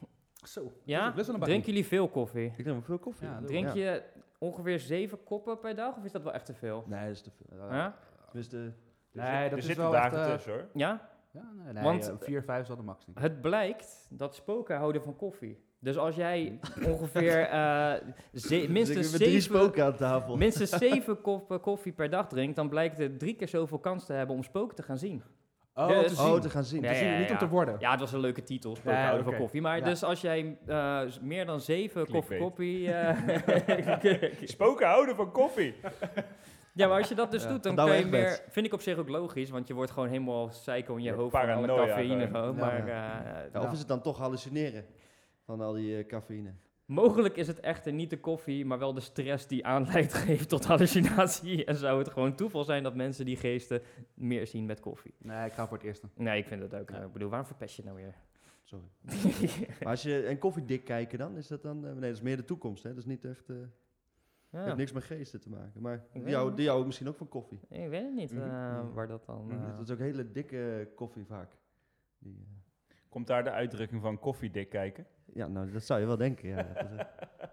Zo. Ja? Best wel een Drinken jullie veel koffie? Ik drink veel koffie. Ja, doe. Drink Ja. je ongeveer zeven koppen per dag of is dat wel echt te veel? Nee, dat is te veel. Ja? Tenminste, Nee, dat er is zitten wel dagen echt, eh, tussen hoor. Ja? Ja, nee, nee, Want- eh, vier, vijf is wel de max. denk ik. Het blijkt dat spoken houden van koffie. Dus als jij ongeveer eh, ze- minstens, met drie zeven, spoken aan tafel. minstens zeven koppen koffie per dag drinkt, dan blijkt het drie keer zoveel kans te hebben om spoken te gaan zien. Oh, Dus- te zien. Oh, te gaan zien. Ja, Te zien, ja, niet ja. om te worden. Ja, het was een leuke titel, spoken Ja, houden oké. van koffie. Maar Ja. dus als jij eh, s- meer dan zeven koffie... Clickbait. koffie eh, Spoken houden van koffie. ja, maar als je dat dus Ja. doet, dan Nou, kan je echt meer... best. Vind ik op zich ook logisch, want je wordt gewoon helemaal psycho in je Ja, hoofd van alle paranoia cafeïne. gewoon. Gewoon, Ja, maar ja. eh, Ja, of is het dan toch hallucineren van al die eh, cafeïne? mogelijk is het echter niet de koffie, maar wel de stress die aanleiding geeft tot hallucinatie. En zou het gewoon toeval zijn dat mensen die geesten meer zien met koffie. Nee, ik ga voor het eerste. Nee, ik vind het ook. Ja. eh, Ik bedoel, waarom verpest je het nou weer? Sorry. Maar als je en koffiedik kijken dan, is dat dan... eh, nee, dat is meer de toekomst, hè? Dat is niet echt... eh Ja, heeft niks met geesten te maken. Maar weet die jou, het die jou misschien ook van koffie. ik weet het niet eh, Mhm. waar dat dan... Mhm. eh, Dat is ook hele dikke koffie vaak. Die, eh, Komt daar de uitdrukking van koffiedik kijken? ja, nou, dat zou je wel denken, ja. Dat is, eh,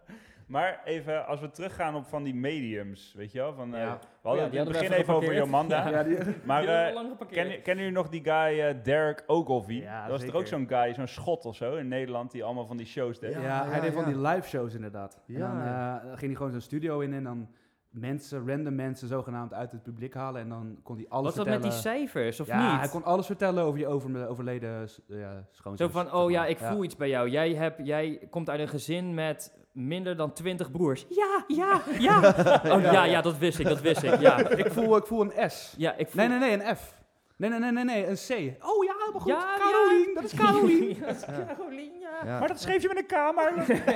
Maar even, als we teruggaan op van die mediums, weet je wel? Van, eh, Ja. we hadden Ja, het die in het hadden we begin even even over geparkeerd. Jomanda. Ja. Ja, die, Maar die hebben we eh, lang geparkeerd. ken, kennen jullie nog die guy eh, Derek Ogilvie? Ja, dat was zeker. toch ook zo'n guy, zo'n schot of zo in Nederland, die allemaal van die shows deed? ja, Ja, hij ja, deed van ja. die live shows inderdaad. En Ja, dan, ja. eh, dan ging hij gewoon zo'n studio in en dan mensen, random mensen zogenaamd uit het publiek halen. En dan kon hij alles Was dat vertellen. met die cijfers, of ja, niet? hij kon alles vertellen over je over, overleden s- eh, ja, schoonzus. Zo van, zeg oh ja, maar. ik voel iets bij jou. Jij, hebt, jij komt uit een gezin met minder dan twintig broers. Ja, ja, ja. Oh ja, ja, dat wist ik, dat wist ik. Ja, Ik voel, ik voel een S. ja ik voel... Nee, nee, nee, een F. Nee, nee, nee, nee, nee, een C. Oh ja, helemaal goed. Ja, Carolien, dat is Carolien. Ja, dat is Ja. Carolien, ja. ja. Maar dat schreef je met een kamer.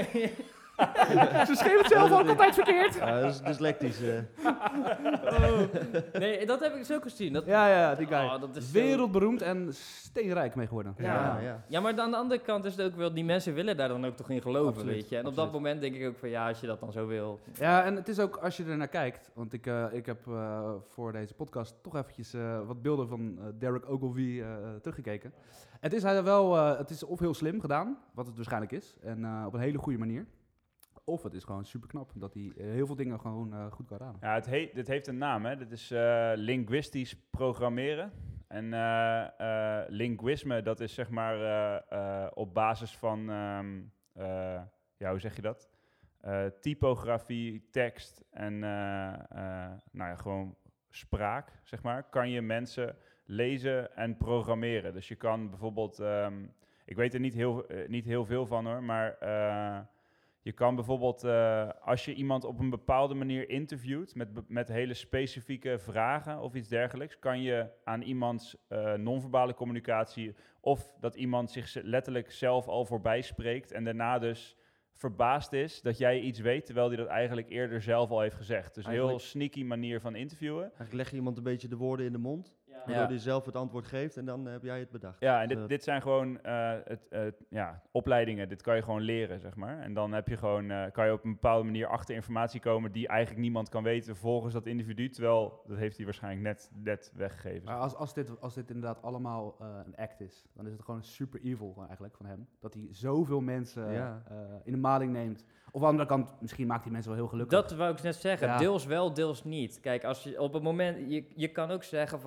Ze schreef het zelf ook altijd verkeerd. Ja, dat is dyslectisch. eh. Oh. Nee, dat heb ik dus ook gezien. Dat, Ja, ja, die guy. Oh, dat is zo- Wereldberoemd en steenrijk mee geworden. Ja. Ja, ja. Ja, maar aan de andere kant is het ook wel, die mensen willen daar dan ook toch in geloven, Absoluut, weet je. En op absoluut. dat moment denk ik ook van, ja, als je dat dan zo wil. Ja, en het is ook als je er naar kijkt, want ik, eh, ik heb eh, voor deze podcast toch eventjes eh, wat beelden van eh, Derek Ogilvie eh, teruggekeken. Het is hij wel, eh, het is of heel slim gedaan, wat het waarschijnlijk is, en eh, op een hele goede manier. Of het is gewoon super knap dat hij eh, heel veel dingen gewoon eh, goed kan raden. Ja, het heet, dit heeft een naam, hè. Dit is eh, linguistisch programmeren. En eh, eh, linguïsme, dat is zeg maar eh, eh, op basis van, ehm, eh, ja, hoe zeg je dat? Eh, typografie, tekst en eh, eh, nou ja, gewoon spraak, zeg maar, kan je mensen lezen en programmeren. Dus je kan bijvoorbeeld, ehm, ik weet er niet heel, eh, niet heel veel van hoor, maar eh, je kan bijvoorbeeld, eh, als je iemand op een bepaalde manier interviewt met, be- met hele specifieke vragen of iets dergelijks, kan je aan iemands eh, non-verbale communicatie of dat iemand zich ze- letterlijk zelf al voorbij spreekt en daarna dus verbaasd is dat jij iets weet, terwijl hij dat eigenlijk eerder zelf al heeft gezegd. Dus een heel Eigenlijk- sneaky manier van interviewen. Eigenlijk leg je iemand een beetje de woorden in de mond, waardoor Ja. hij zelf het antwoord geeft en dan heb jij het bedacht. Ja, en Dus, dit, eh, dit zijn gewoon eh, het, eh, ja, opleidingen. Dit kan je gewoon leren, zeg maar. En dan heb je gewoon, eh, kan je op een bepaalde manier achter informatie komen die eigenlijk niemand kan weten volgens dat individu. Terwijl, dat heeft hij waarschijnlijk net, net weggegeven. Maar als, als, dit, als dit inderdaad allemaal eh, een act is, dan is het gewoon super evil gewoon eigenlijk van hem. Dat hij zoveel mensen Ja. eh, in de maling neemt. Of aan de andere kant, misschien maakt hij mensen wel heel gelukkig. Dat wou ik net zeggen. Ja. Deels wel, deels niet. Kijk, als je op het moment... Je, je kan ook zeggen van hij geeft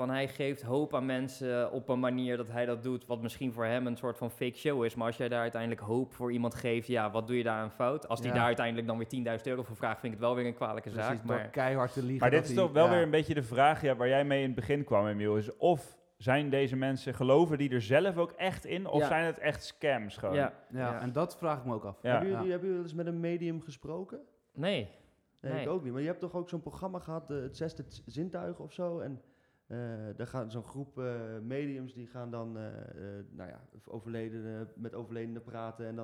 geeft hoop aan mensen op een manier dat hij dat doet, wat misschien voor hem een soort van fake show is. Maar als jij daar uiteindelijk hoop voor iemand geeft, ja, wat doe je daar aan fout? Als die Ja. daar uiteindelijk dan weer tienduizend euro voor vraagt, vind ik het wel weer een kwalijke zaak. Precies, door Maar keihard te liegen. Maar dit dat is hij- toch wel ja. weer een beetje de vraag ja, waar jij mee in het begin kwam, Emiel. Is of zijn deze mensen, geloven die er zelf ook echt in? Of Ja. zijn het echt scams gewoon? ja, Ja, ja. en dat vraag ik me ook af. Ja. Hebben, jullie, hebben jullie wel eens met een medium gesproken? Nee. Nee, Nee. ik ook niet. Maar je hebt toch ook zo'n programma gehad, eh, het zesde t- zintuig of zo. En eh daar gaat zo'n groep eh, mediums die gaan dan eh, eh, nou ja, overledenen, met overledenen praten. En dan,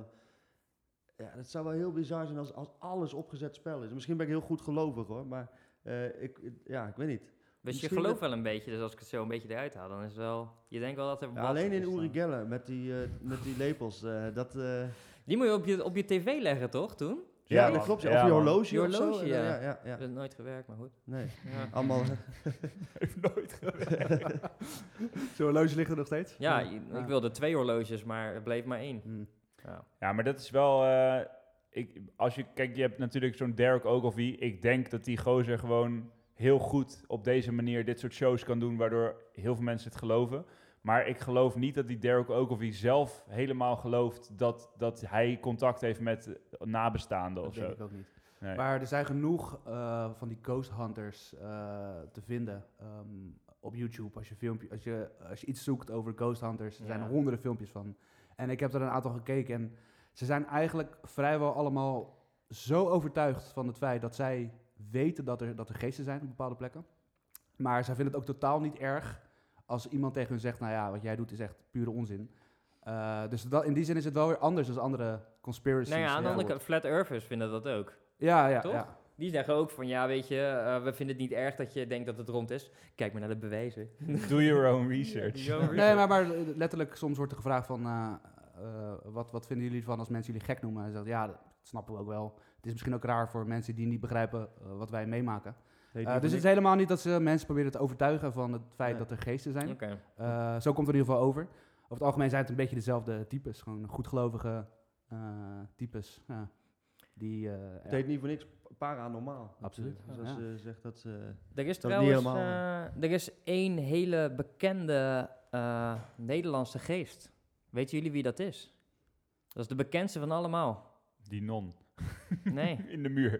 ja, het zou wel heel bizar zijn als, als alles opgezet spel is. Misschien ben ik heel goed gelovig hoor, maar eh, ik, ik- ja, ik weet niet. Dus je Misschien gelooft dat- wel een beetje, dus als ik het zo een beetje eruit haal, dan is het wel... Je denkt wel dat er Ja, wat alleen in is dan. Uri Geller met die, eh, met die lepels, eh, dat... eh, Die moet je op je, op je tv leggen, toch, toen? ja, man. dat klopt. Ja. Ja, Of je man. horloge Je of zo. horloge, En dan- ja. ja, ja, ja. Dat heeft nooit gewerkt, maar goed. Nee, Ja, allemaal... Heeft nooit gewerkt. Zo'n horloge ligt er nog steeds? ja, Ja. je- ik wilde twee horloges, maar er bleef maar één. Hmm. Ja. Ja, maar dat is wel... eh, ik, als je, kijk, je hebt natuurlijk zo'n Derek Ogilvie. Ik denk dat die gozer gewoon heel goed op deze manier dit soort shows kan doen, waardoor heel veel mensen het geloven. Maar ik geloof niet dat die Derek Ogilvie zelf helemaal gelooft dat, dat hij contact heeft met eh, nabestaanden Dat of denk zo. ik ook niet. Nee. Maar er zijn genoeg eh, van die ghost hunters eh, te vinden ehm, op YouTube. Als je, filmpje, als, je, als je iets zoekt over ghost hunters, er zijn Ja. er honderden filmpjes van. En ik heb er een aantal gekeken en ze zijn eigenlijk vrijwel allemaal zo overtuigd van het feit dat zij weten dat er, dat er geesten zijn op bepaalde plekken. Maar zij vinden het ook totaal niet erg als iemand tegen hun zegt, nou ja, wat jij doet is echt pure onzin. Uh, dus dat, in die zin is het wel weer anders dan andere conspiracies. Nou ja, aan de Ja. andere kant, flat earthers vinden dat ook. Ja, ja, Toch? ja. Die zeggen ook van, ja, weet je, eh, we vinden het niet erg dat je denkt dat het rond is. Kijk maar naar de bewijzen. Do your own research. Nee, maar, maar letterlijk soms wordt er gevraagd van, uh, uh, wat, wat vinden jullie ervan als mensen jullie gek noemen? En ze zeggen, ja, dat snappen we ook wel. Het is misschien ook raar voor mensen die niet begrijpen uh, wat wij meemaken. Uh, dus het is helemaal niet dat ze mensen proberen te overtuigen van het feit Nee. dat er geesten zijn. Oké. Uh, zo komt het in ieder geval over. Over het algemeen zijn het een beetje dezelfde types. Gewoon goedgelovige uh, types. Ja. Die, uh, Het ja. heet niet voor niks paranormaal. Absoluut, Dus als ja. ze zegt dat ze... Er is Dat is niet trouwens, helemaal- eh, er is één hele bekende eh, Nederlandse geest. Weten jullie wie dat is? Dat is de bekendste van allemaal. Die non. Nee, In de muur.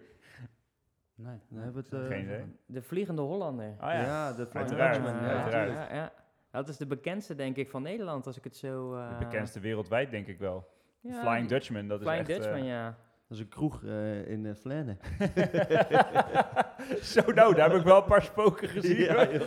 Nee, Dan hebben we het... eh, Geen idee. de Vliegende Hollander. Ah ja. ja. de Flying Uiteraard, Dutchman, ja, ja. uiteraard. Ja, ja. Dat is de bekendste, denk ik, van Nederland, als ik het zo... eh, De bekendste wereldwijd, denk ik wel. ja, Flying die- Dutchman, dat is Flying echt... eh, Dutchman, ja. Dat is een kroeg eh, in uh, Vlaanderen. Zo nou, daar heb ik wel een paar spoken gezien. Ja, hoor.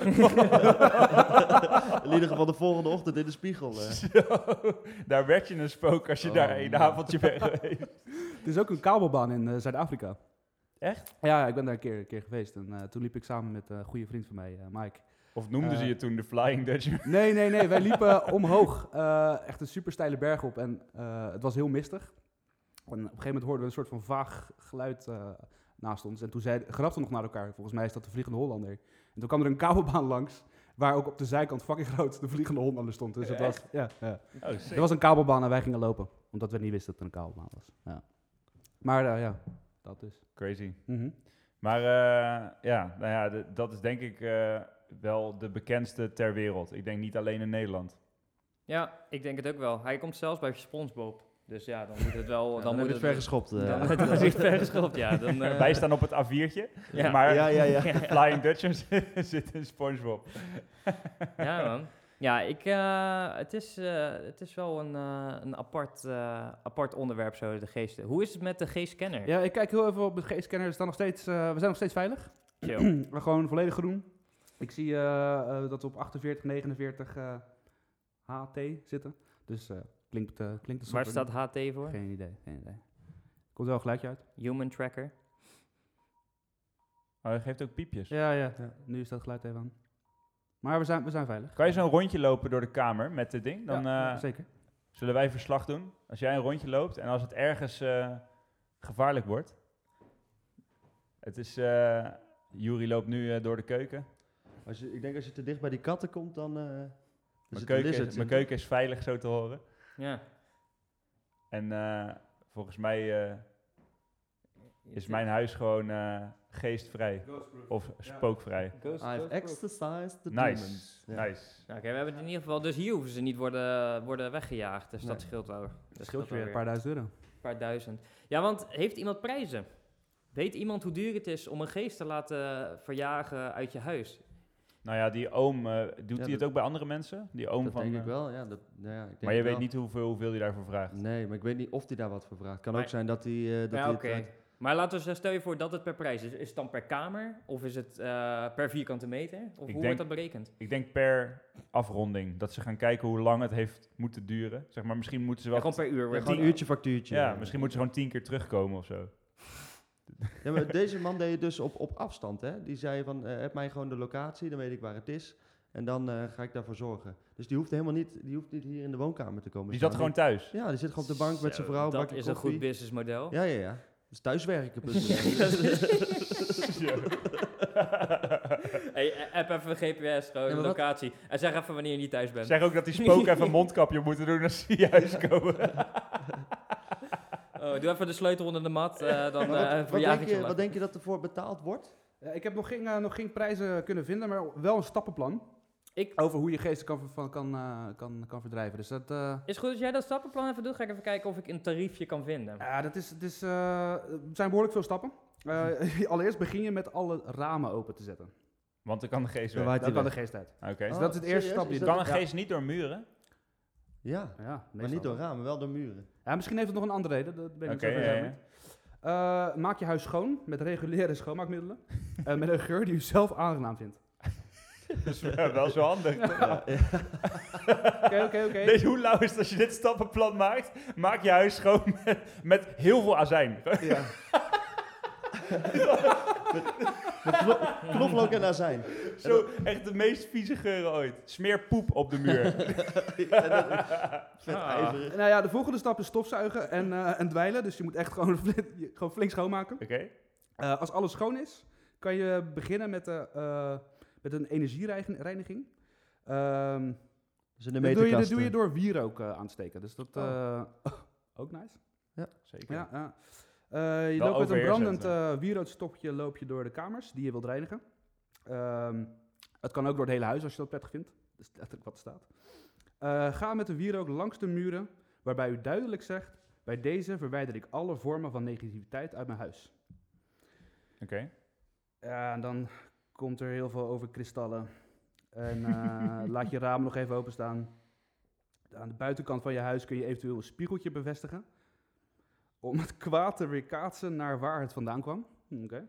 in ieder geval de volgende ochtend in de spiegel. eh. Zo, daar werd je een spook als je Oh, daar een man. avondje bent geweest. Het is ook een kabelbaan in uh, Zuid-Afrika. Echt? Ja, ik ben daar een keer, een keer geweest. En uh, toen liep ik samen met een goede vriend van mij, uh, Mike. Of noemden ze Eh. je toen de Flying Dutchman? Nee, nee, nee. Wij liepen omhoog. Uh, echt een super steile berg op. En uh, het was heel mistig. En op een gegeven moment hoorden we een soort van vaag geluid uh, naast ons. En toen zei, grapten nog naar elkaar. Volgens mij is dat de Vliegende Hollander. En toen kwam er een kabelbaan langs. Waar ook op de zijkant fucking groot de Vliegende Hollander stond. Dus het was, ja, ja. Oh, sick. Er was een kabelbaan en wij gingen lopen. Omdat we niet wisten dat er een kabelbaan was. Ja. Maar uh, ja, dat dus. Crazy. Mm-hmm. Maar uh, ja, nou ja, de, dat is denk ik uh, wel de bekendste ter wereld. Ik denk niet alleen in Nederland. Ja, ik denk het ook wel. Hij komt zelfs bij SpongeBob. Dus ja, dan moet het wel... Ja, dan moet heb je het het vergeschopt. eh. Dan dan is het vergeschopt, ja. Dan, eh, Wij staan op het A viertje, ja. maar Ja, ja, ja. de Flying Dutchman zit in SpongeBob. Ja, man. Ja, ik, uh, het, is, uh, het is wel een, uh, een apart, uh, apart onderwerp, zo, de geesten. Hoe is het met de geestkenner? Ja, ik kijk heel even op de G-scanner. We, staan nog steeds, uh, we zijn nog steeds veilig. Chill. Maar gewoon volledig groen. Ik zie uh, uh, dat we op achtenveertig, negenenveertig uh, H T zitten. Dus uh, klinkt, uh, klinkt het Waar staat H T voor? Geen idee, geen idee. Komt wel een geluidje uit. Human Tracker. Oh, hij geeft ook piepjes. Ja, ja, ja. Nu staat het geluid even aan. Maar we zijn, we zijn veilig. Kan je zo'n rondje lopen door de kamer met dit ding? Dan ja, uh, zeker. zullen wij verslag doen. Als jij een rondje loopt en als het ergens uh, gevaarlijk wordt. Het is... Uh, Juri loopt nu uh, door de keuken. Als je, ik denk als je te dicht bij die katten komt, dan... Uh, Mijn keuken, is, mijn keuken is veilig, zo te horen. Ja. En uh, volgens mij uh, is mijn huis gewoon uh, geestvrij of spookvrij. Ghost, I have ghost- exercised the Nice. demons. Ja. Nice. Nou, Oké, we hebben het in ieder geval, dus hier hoeven ze niet worden, worden weggejaagd, dus dat Nee. scheelt wel. Dat Dat scheelt scheelt je wel weer een paar duizend euro. Een paar duizend. Ja, want heeft iemand prijzen? Weet iemand hoe duur het is om een geest te laten verjagen uit je huis? Nou ja, die oom, eh, doet Ja, hij dat- het ook bij andere mensen? Die oom Dat van... denk eh, ik wel, ja. Dat, nou ja ik denk maar je wel. weet niet hoeveel, hoeveel hij daarvoor vraagt. Nee, maar ik weet niet of hij daar wat voor vraagt. Kan Maar- ook zijn dat hij... eh, dat Ja, hij oké. het, eh, Maar laten we zeggen, stel je voor dat het per prijs is. Is het dan per kamer? Of is het eh, per vierkante meter? Of Ik hoe denk- wordt dat berekend? Ik denk per afronding. Dat ze gaan kijken hoe lang het heeft moeten duren. Zeg maar, misschien moeten ze Ja, wel... gewoon per uur. ja, wordt gewoon het- uurtje factuurtje. ja, misschien moeten ze gewoon tien keer terugkomen of zo. Ja, maar deze man deed het dus op, op afstand, hè. Die zei van, eh, heb mij gewoon de locatie, dan weet ik waar het is. En dan eh, ga ik daarvoor zorgen. Dus die hoeft helemaal niet, die hoeft niet hier in de woonkamer te komen Die zat staan. gewoon thuis. Die- Ja, die zit gewoon op de bank met zijn Zo, vrouw, Dat bakje is een koffie. goed businessmodel. Ja, ja, ja. Dat is thuiswerken. Hey, app even G P S, gewoon Ja, maar wat- locatie. En zeg even wanneer je niet thuis bent. Zeg ook dat die spook even een mondkapje moeten doen als ze in huis komen. Oh, doe even de sleutel onder de mat, eh, dan Maar eh wat, wat, verjaag denk ik je, ze wat wel. denk je dat ervoor betaald wordt? Ja, ik heb nog geen, eh, nog geen prijzen kunnen vinden, maar wel een stappenplan. Ik- Over hoe je geesten kan, ver- van, kan, eh, kan, kan verdrijven. Dus dat, eh, Is het goed als jij dat stappenplan even doet? Ga ik even kijken of ik een tariefje kan vinden. ja, dat is, het is, eh, er zijn behoorlijk veel stappen. Eh, allereerst begin je met alle ramen open te zetten. Want dan kan de geest Dan weg. waait Dan hij kan de weg. geest uit. Oké. Dus Oh, dat is het eerste serieus? stapje. Is dat Kan een Ja. geest niet door muren? Ja, Ja, maar meestal niet door wel. ramen, wel door muren. Ja, misschien heeft het nog een andere reden. Dat ben ik Oké, niet zo ja, ver ja. mee. Eh, maak je huis schoon met reguliere schoonmaakmiddelen. Eh, met een geur die u zelf aangenaam vindt. Dat is wel wel zo handig. Ja, ja. Oké, oké, oké. Weet je hoe lauw is het als je dit stappenplan maakt? Maak je huis schoon met, met heel veel azijn. Ja. Met kno- knoflook en azijn. Zo, echt de meest vieze geuren ooit. Smeer poep op de muur. Ja, dat- vet Ah. ijverig. Nou ja, de volgende stap is stofzuigen en, eh, en dweilen. Dus je moet echt gewoon, flink- gewoon flink schoonmaken. Oké? Eh, als alles schoon is, kan je beginnen met, de, eh, met een energiereiniging. Ehm Dus in de dat, doe je, dat meterkast. doe je eh. door wierook eh, aan te steken. Dus dat Oh. eh, ook nice. Zeker. Ja, ja. Eh, je Wel loopt met een overheersend, brandend uh, wierookstokje loop je door de kamers die je wilt reinigen. Ehm, het kan ook door het hele huis als je dat prettig vindt. Dat is letterlijk wat er staat. Eh, ga met de wierook langs de muren, waarbij u duidelijk zegt: bij deze verwijder ik alle vormen van negativiteit uit mijn huis. Oké. Ja, en dan komt er heel veel over kristallen. En eh, laat je ramen nog even openstaan. Aan de buitenkant van je huis kun je eventueel een spiegeltje bevestigen. Om het kwaad te weerkaatsen naar waar het vandaan kwam. Hm, Oké.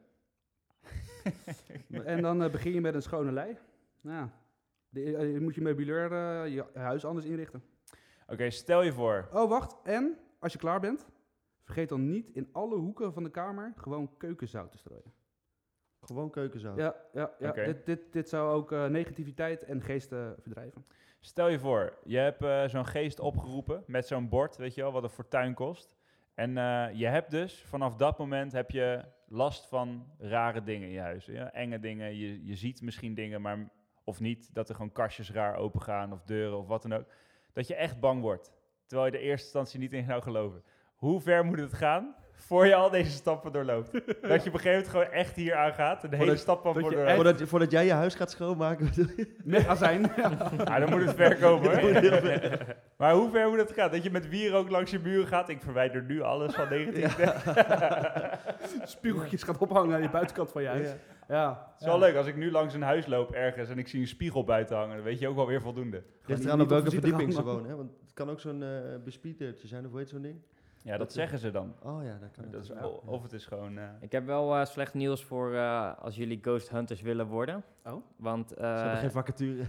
En dan eh, begin je met een schone lei. Nou, ja, de- eh, je moet je meubilair, eh, je huis anders inrichten. Oké, stel je voor. Oh, wacht. En als je klaar bent, vergeet dan niet in alle hoeken van de kamer gewoon keukenzout te strooien. Gewoon keukenzout. Ja, ja, ja. Oké. Dit, dit, dit zou ook eh, negativiteit en geesten verdrijven. Stel je voor, je hebt eh, zo'n geest opgeroepen met zo'n bord, weet je wel, wat een fortuin kost. En eh, je hebt dus, vanaf dat moment heb je last van rare dingen in je huis. Ja? Enge dingen, je, je ziet misschien dingen, maar of niet, dat er gewoon kastjes raar open gaan of deuren of wat dan ook. Dat je echt bang wordt, terwijl je de eerste instantie niet in zou geloven. Hoe ver moet het gaan voor je al deze stappen doorloopt? Dat je op een gegeven moment gewoon echt hier aan gaat en de hele Voordat- stap van dat wordt je doorloopt. Voordat, voordat jij je huis gaat schoonmaken. Met azijn. Ah, dan moet het ver komen hoor. Maar hoe ver moet het gaan? Dat je met wierook langs je muren gaat. Ik verwijder nu alles van negativiteit. Spiegeltjes gaat ophangen aan je buitenkant van je huis. Ja. Ja. Het is wel leuk als ik nu langs een huis loop ergens en ik zie een spiegel buiten hangen. Dan weet je ook wel weer voldoende. Ligt niet- eraan niet op welke op visite verdieping ze gaan. wonen. Hè? Want het kan ook zo'n eh bespiedertje zijn, of hoe heet zo'n ding? Ja, dat zeggen ze dan. Oh ja, dat kan Dat is, het. o- of het is gewoon... eh, Ik heb wel eh, slecht nieuws voor eh, als jullie ghost hunters willen worden. Oh? Want Ze hebben eh geen vacature.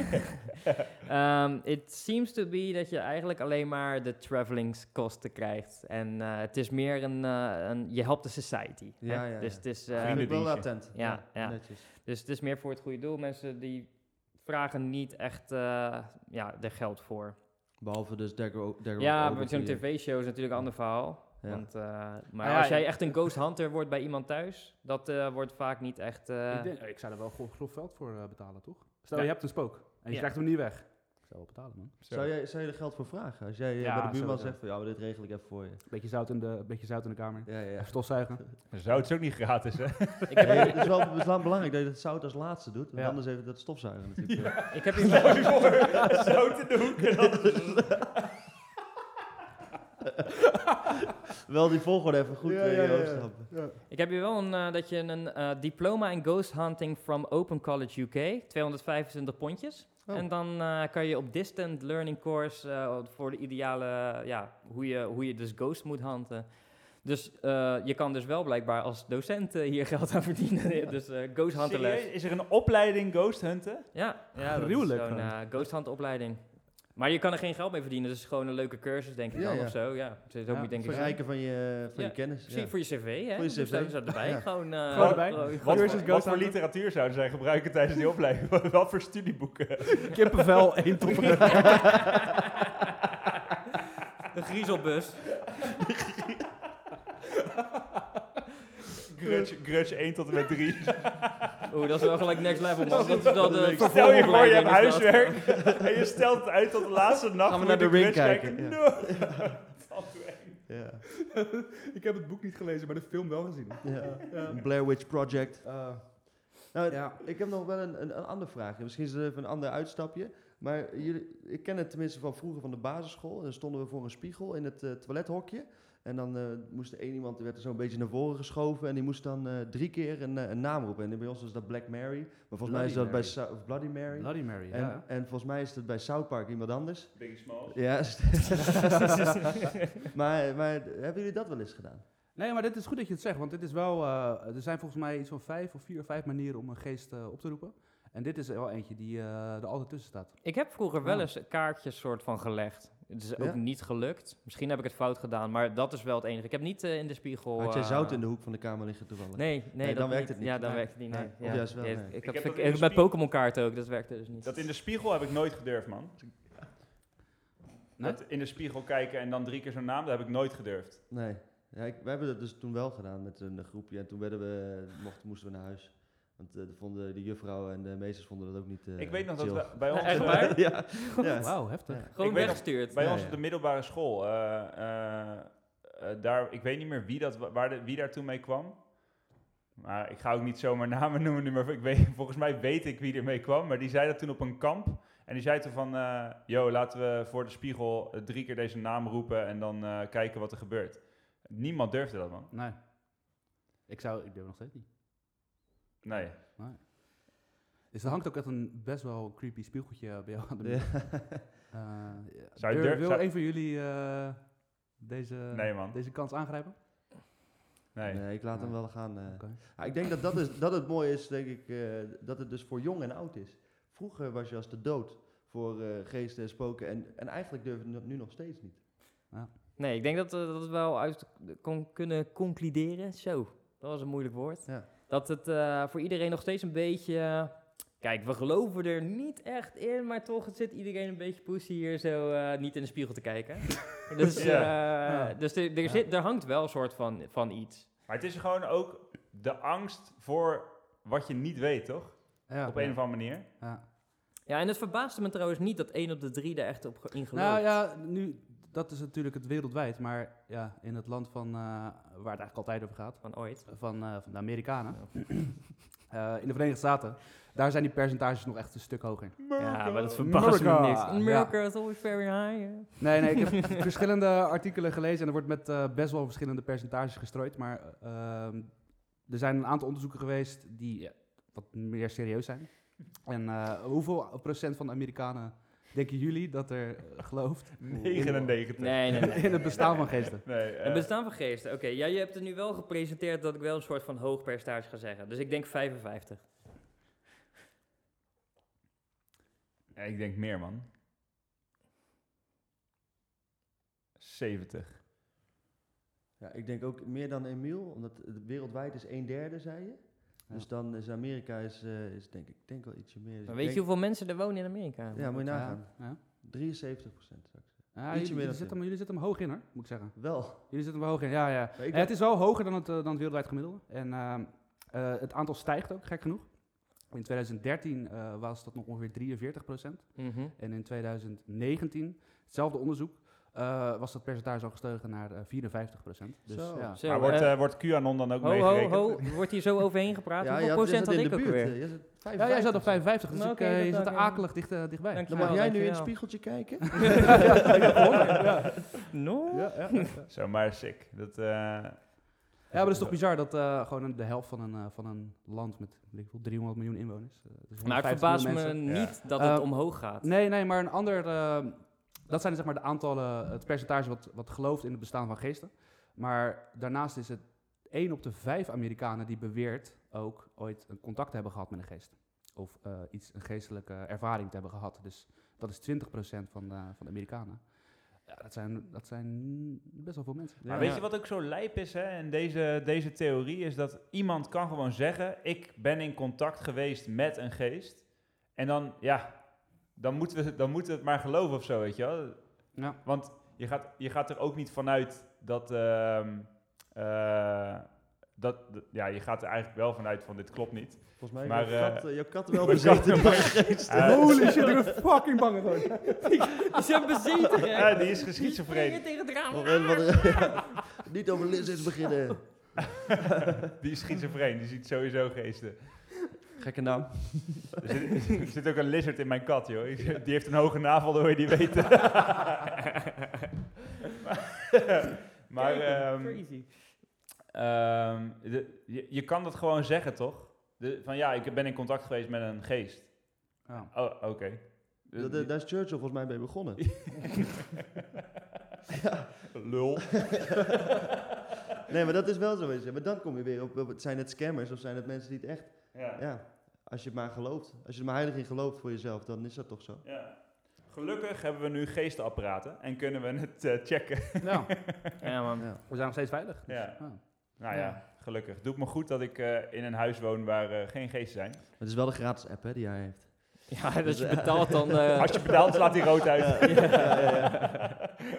um, it seems to be dat je eigenlijk alleen maar de travelingskosten krijgt. En eh, het is meer een, eh, een... Je helpt de society. hè? Ja, ja, ja. Dus het is... eh, Vrienden. Vind ik wel Vriendendienstje. attent. Ja, ja. Netjes. Dus het is meer voor het goede doel. Mensen die vragen niet echt eh, ja, er geld voor. Behalve dus Dagger Dagger Ja, Oak met zo'n die, eh, tv-show is natuurlijk een ander verhaal. Ja. Want, eh, maar Ah, ja, als jij ja. echt een ghost hunter wordt bij iemand thuis, dat eh, wordt vaak niet echt... eh, Ik, denk, ik zou er wel grof, grof geld voor eh, betalen, toch? Stel, Ja. je hebt een spook en je Ja. krijgt hem niet weg. zou wel betalen, man. Zo. Zou, jij, zou je er geld voor vragen? Als jij eh, Ja, bij de buurman sowieso. zegt van, ja, maar dit regel ik even voor je. Beetje zout in de, beetje zout in de kamer. Ja, ja. Even stofzuigen. Zout is ook niet gratis, hè? Ik heb, Nee, hier, het, is wel, het is wel belangrijk dat je het zout als laatste doet. Want Ja. anders even dat stofzuigen natuurlijk. Ja. ik heb hier wel, Zout in de hoek. En dan... Wel die volgorde even goed Ja, eh, in ja, je ja, hoofd ja. stappen. ik heb hier wel een, eh, dat je een eh, diploma in ghost hunting from Open College U K, tweehonderdvijfentwintig pondjes. Oh. En dan eh, kan je op distant learning course eh, voor de ideale, ja, hoe je, hoe je dus ghost moet hunten. Dus eh, je kan dus wel blijkbaar als docent eh, hier geld aan verdienen. dus eh ghost hunter les. Serieus? Is er een opleiding ghost hunten? Ja, ja dat Gruwelijk is zo'n gewoon. eh, ghost hunt opleiding. Maar je kan er geen geld mee verdienen, dus het is gewoon een leuke cursus, denk ik Ja, dan, ja. of zo. Ja, het is ook Ja, niet, denk ik. Verrijken van je, van Ja, je kennis. Precies, Ja. voor je cv, hè? Voor je Dus cv. dat is erbij. Ja. Gewoon, eh, Gewoon erbij. gewoon- Wat, Cursus voor, ghost wat voor hunten. literatuur zouden zij gebruiken tijdens die opleiding? Wat voor studieboeken? Kippenvel, één tot De griezelbus. Grudge, Grudge één tot en met drie. Oeh, dat is wel gelijk next level, man. Dat is wel de Stel je voor, je hebt vervolgopleiding is dat. huiswerk en je stelt het uit tot de laatste nacht. Gaan we moet naar je de ring Grudge kijken, ja. No. Valt toe eng. Ja. Ik heb het boek niet gelezen, maar de film wel gezien. Ja. Een Blair Witch Project. Nou, Ja. ik heb nog wel een, een, een andere vraag. Misschien is het even een ander uitstapje. Maar jullie, ik ken het tenminste van vroeger van de basisschool. Dan stonden we voor een spiegel in het uh, toilethokje. En dan uh, moest er één iemand, die werd er zo'n beetje naar voren geschoven. En die moest dan uh, drie keer een, uh, een naam roepen. En bij ons was dat Black Mary. Maar volgens mij is dat bij Sou- of Bloody Mary. Bloody Mary, En, ja. en volgens mij is het bij South Park iemand anders. Biggie Smalls. Ja. maar, maar hebben jullie dat wel eens gedaan? Nee, maar dit is goed dat je het zegt, want dit is wel, uh, er zijn volgens mij iets van vijf of vier of vijf manieren om een geest uh, op te roepen. En dit is er wel eentje die uh, er altijd tussen staat. Ik heb vroeger wel Ja. eens kaartjes soort van gelegd. Het is ook Ja? niet gelukt. Misschien heb ik het fout gedaan, maar dat is wel het enige. Ik heb niet uh, in de spiegel... Had jij uh, zout in de hoek van de kamer liggen toevallig? Nee, nee, Nee, dat dan werkt niet. het niet. Ja, dan Nee. werkt het niet, nee. Nee, of Ja. juist wel, Ja, nee. Ik, Ik had heb ik- dat in de met spiegel- Pokémon kaarten ook, dat werkte dus niet. Dat in de spiegel heb ik nooit gedurfd, man. Nee? Dat in de spiegel kijken en dan drie keer zo'n naam, dat heb ik nooit gedurfd. Nee. Ja, ik, wij hebben dat dus toen wel gedaan met een groepje. En toen werden we, mochten, moesten we naar huis. Want eh, vonden de juffrouw en de meesters vonden dat ook niet uh, ik weet nog dat chill. we bij ons... Echt waar? ja. ja. Wauw, heftig. Ja. Gewoon Ik weet nog- weggestuurd. Bij Ja, ons ja. op de middelbare school, eh, eh, eh, daar, ik weet niet meer wie, dat, wa- waar de, wie daar toen mee kwam. Maar ik ga ook niet zomaar namen noemen nu, maar ik weet, volgens mij weet ik wie er mee kwam. Maar die zei dat toen op een kamp. En die zei toen van, eh yo, laten we voor de spiegel eh, drie keer deze naam roepen en dan eh, kijken wat er gebeurt. Niemand durfde dat, man. Nee. Ik zou, ik durf nog steeds niet. Nee. Dus er hangt ook echt een best wel creepy spiegeltje bij jou aan de Ja. muur. Uh, ja. Zou je Dur- durf- wil zou- een van jullie uh, deze, Nee, man. deze kans aangrijpen? Nee. Nee, ik laat hem Nee. wel gaan. eh. Oké. Ah, ik denk dat, dat, is, dat het mooie is, denk ik, eh, dat het dus voor jong en oud is. Vroeger was je als de dood voor eh, geesten en spoken. En, en eigenlijk durven we dat nu nog steeds niet. Nee, ik denk dat we dat we wel uit kon, kunnen concluderen. Zo, dat was een moeilijk woord. Ja. Dat het uh, voor iedereen nog steeds een beetje... Uh, kijk, we geloven er niet echt in, maar toch het zit iedereen een beetje poesie hier zo uh, niet in de spiegel te kijken. dus Ja. uh, Ja. dus er, er, Ja. zit, er hangt wel een soort van, van iets. Maar het is gewoon ook de angst voor wat je niet weet, toch? Ja. Op een of andere manier. Ja. Ja, en het verbaasde me trouwens niet dat één op de drie daar echt op ge- in gelooft. Nou ja, nu, dat is natuurlijk het wereldwijd, maar ja, in het land van, uh, waar het eigenlijk altijd over gaat, Van ooit. van, uh, van de Amerikanen, uh, in de Verenigde Staten, daar zijn die percentages nog echt een stuk hoger. Ja, maar dat verbaast me America. niks. Ja. America is always very high. yeah. Nee, nee, ik heb verschillende artikelen gelezen en er wordt met uh, best wel verschillende percentages gestrooid, maar uh, er zijn een aantal onderzoeken geweest die ja, wat meer serieus zijn. En uh, hoeveel procent van de Amerikanen denken jullie dat er uh, gelooft negenennegentig. Nee, nee, nee. in het bestaan van geesten? Nee, eh, Het bestaan van geesten. Oké, ja, je hebt het nu wel gepresenteerd dat ik wel een soort van hoog percentage ga zeggen. Dus ik denk vijfenvijftig. ja, ik denk meer, man. zeventig. Ja, ik denk ook meer dan Emiel, omdat het wereldwijd is een derde, zei je. Ja. Dus dan is Amerika is, uh, is denk ik denk wel ietsje meer. Dus Maar ik weet je denk- hoeveel mensen er wonen in Amerika? Ja, moet je nagaan. Ja, ja. drieënzeventig procent zou ik zeggen. Ja, Ietsje jullie, meer jullie, dan zitten hem, jullie zitten hem hoog in, hoor, moet ik zeggen. Wel. Jullie zitten hem hoog in, ja, ja. Maar ik Eh, het is wel hoger dan het, uh, dan het wereldwijd gemiddelde. En uh, uh, het aantal stijgt ook, gek genoeg. In twintig dertien uh, was dat nog ongeveer drieënveertig procent. Mm-hmm. En in twintig negentien, hetzelfde onderzoek, uh, was dat percentage al gestegen naar uh, vierenvijftig procent. Dus, Zo. ja. Zo, maar wordt, uh, uh, wordt QAnon dan ook ho, ho, meegerekend? ho, wordt hier zo overheen gepraat? Ja, Hoeveel ja, procent had ik ook weer? Je zit Ja, jij zat op vijfenvijftig, dus Nou, ik, oké, uh, dat je zat er dan, uh, akelig dicht, uh, dichtbij. Dank- Dan mag jij nu in het Dankjewel. spiegeltje kijken. ja. No? Ja, ja, ja. Zo, maar sick. Dat, uh, Ja, maar dat is toch bizar dat uh, gewoon een, de helft van een, uh, van een land met weet ik veel, driehonderd miljoen inwoners. Uh, dus Maar het honderdvijftig verbaast me miljoen mensen. niet dat Uh, het omhoog gaat. Nee, nee, maar een ander. Uh, dat zijn zeg maar de aantallen, het percentage wat, wat gelooft in het bestaan van geesten. Maar daarnaast is het één op de vijf Amerikanen die beweert ook ooit een contact te hebben gehad met een geest. Of uh, iets, een geestelijke ervaring te hebben gehad. Dus dat is twintig procent van de, van de Amerikanen. Ja, dat zijn, dat zijn best wel veel mensen. Maar Ja. weet je wat ook zo lijp is hè, in deze, deze theorie? Is dat iemand kan gewoon zeggen, ik ben in contact geweest met een geest. En dan, ja, dan moeten we, dan moeten we het maar geloven of zo, weet je wel. Ja. Want je gaat, je gaat er ook niet vanuit dat... ehm, uh, dat, dat... Ja, je gaat er eigenlijk wel vanuit van dit klopt niet. Volgens mij Maar, is jouw uh, kat, uh, jouw kat wel mijn bezeten kat- door een geest. Uh, Holy shit, ik ben fucking bang gewoon. Die zijn bezeten, hè? Ja, die is Die schizofreen. springen tegen het raam. Nog een van de- ja. Niet over lizards beginnen. Die is schizofreen, die ziet sowieso geesten. Gekke naam. Er zit, er zit ook een lizard in mijn kat, joh. Die heeft een hoge navel, dat wil je niet weten. maar um, Crazy. um, de, je, je kan dat gewoon zeggen, toch? De, van ja, ik ben in contact geweest met een geest. Ja. Oh, oké. Okay. Da- da- Daar is Churchill volgens mij mee begonnen. Lul. Nee, maar dat is wel zo. Weet je. Maar dan kom je weer op, op, zijn het scammers of zijn het mensen die het echt... Ja. Ja, als je het maar gelooft. Als je er maar heilig in gelooft voor jezelf, dan is dat toch zo. Ja. Gelukkig hebben we nu geestenapparaten en kunnen we het uh, checken. Ja, Ja, man. Ja. we zijn nog steeds veilig. Dus, Ja. ja. Nou ja, gelukkig. Het doet me goed dat ik uh, in een huis woon waar uh, geen geesten zijn. Het is wel de gratis app hè, die hij heeft. Ja, dat je betaalt dan... Uh, Als je betaalt, slaat die rood uit. Ja, ja, ja.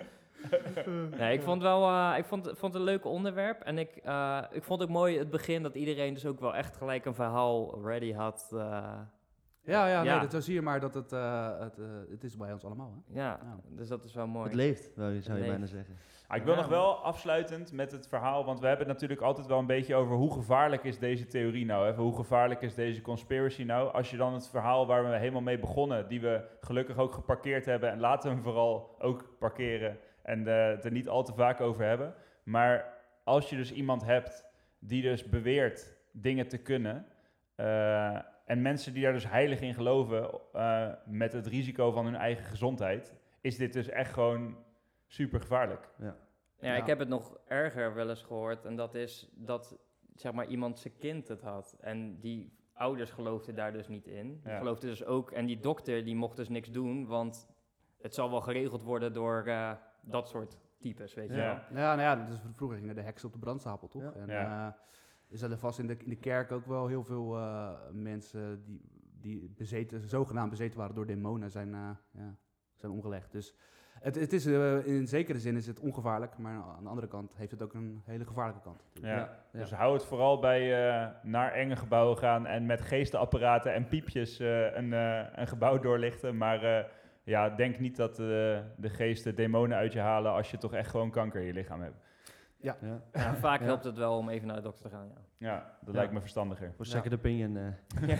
Nee, ik vond wel, uh, ik vond, vond het een leuk onderwerp. En ik, uh, ik vond ook mooi het begin dat iedereen dus ook wel echt gelijk een verhaal ready had. Uh, Ja, ja, nee, Ja. dat, zo zie je maar dat het, uh, het, uh, het is bij ons allemaal. Hè? ja, Ja. dus dat is wel mooi. Het leeft, wou je- zou je Het bijna leeft. zeggen. Ah, ik wil Ja. nog wel afsluitend met het verhaal, want we hebben het natuurlijk altijd wel een beetje over hoe gevaarlijk is deze theorie nou, hè? Hoe gevaarlijk is deze conspiracy nou. Als je dan het verhaal waar we helemaal mee begonnen, die we gelukkig ook geparkeerd hebben, en laten we hem vooral ook parkeren en uh, het er niet al te vaak over hebben. Maar als je dus iemand hebt die dus beweert dingen te kunnen, uh, en mensen die daar dus heilig in geloven, uh, met het risico van hun eigen gezondheid, is dit dus echt gewoon super gevaarlijk. Ja. Ja, Ja. ik heb het nog erger wel eens gehoord. En dat is dat zeg maar, iemand zijn kind het had. En die ouders geloofden daar dus niet in. Die Ja. geloofden dus ook. En die dokter die mocht dus niks doen. Want het zal wel geregeld worden door uh, dat soort types, weet je Ja. wel. Ja, nou ja, dus vroeger gingen de heksen op de brandstapel, toch? Ja. En Ja. uh, er zullen vast in de, in de kerk ook wel heel veel uh, mensen die, die bezeten, zogenaamd bezeten waren door demonen, zijn, uh, ja, zijn omgelegd. Dus het, het is, uh, in zekere zin is het ongevaarlijk, maar aan de andere kant heeft het ook een hele gevaarlijke kant. Ja. Ja. Dus hou het vooral bij uh, naar enge gebouwen gaan en met geestenapparaten en piepjes uh, een, uh, een gebouw doorlichten. Maar uh, ja, denk niet dat uh, de geesten demonen uit je halen als je toch echt gewoon kanker in je lichaam hebt. Ja. Ja, vaak Ja. helpt het wel om even naar de dokter te gaan, ja. Ja, dat Ja. lijkt me verstandiger. Voor second opinion. eh.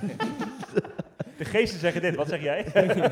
De geesten zeggen dit, wat zeg jij?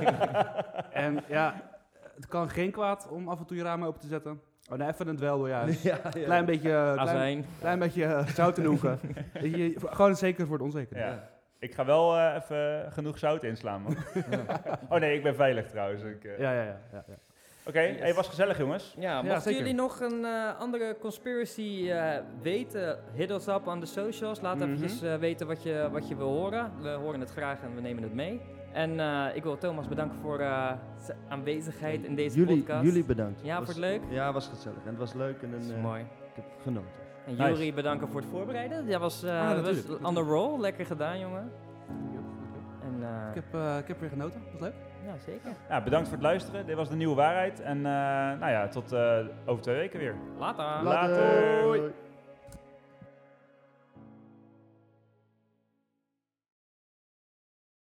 En ja, het kan geen kwaad om af en toe je ramen open te zetten. Oh, nee, even het wel door, ja. ja, ja. Klein beetje, uh, klein, Azijn. klein beetje uh, zout in de hoeken. Je- gewoon zeker voor het onzeker. Ja. Ik ga wel uh, even genoeg zout inslaan, man. Oh nee, ik ben veilig trouwens. Ik, uh... Ja, ja, ja. ja, ja. Oké, okay, hey, was gezellig jongens. Ja, Ja, mochten zeker. jullie nog een uh, andere conspiracy uh, weten, hit us up aan de socials. Laat Mhm. eventjes uh, weten wat je, wat je wil horen. We horen het graag en we nemen het mee. En uh, ik wil Thomas bedanken voor uh, zijn aanwezigheid in deze jullie, podcast. jullie bedankt. Ja, Was- voor het leuk. Ja, was gezellig. En het was leuk en Dat is een, eh, mooi. ik heb genoten. En Nice. Juri bedanken voor het voorbereiden. Jij was, uh, Ah, natuurlijk, was on the natuurlijk. roll. Lekker gedaan, jongen. En, uh, Ik heb, uh, ik heb weer genoten. Was leuk. ja, zeker. Ja, bedankt voor het luisteren. Dit was de nieuwe waarheid. En uh, nou ja, tot uh, over twee weken weer. Later. Later. Hoi.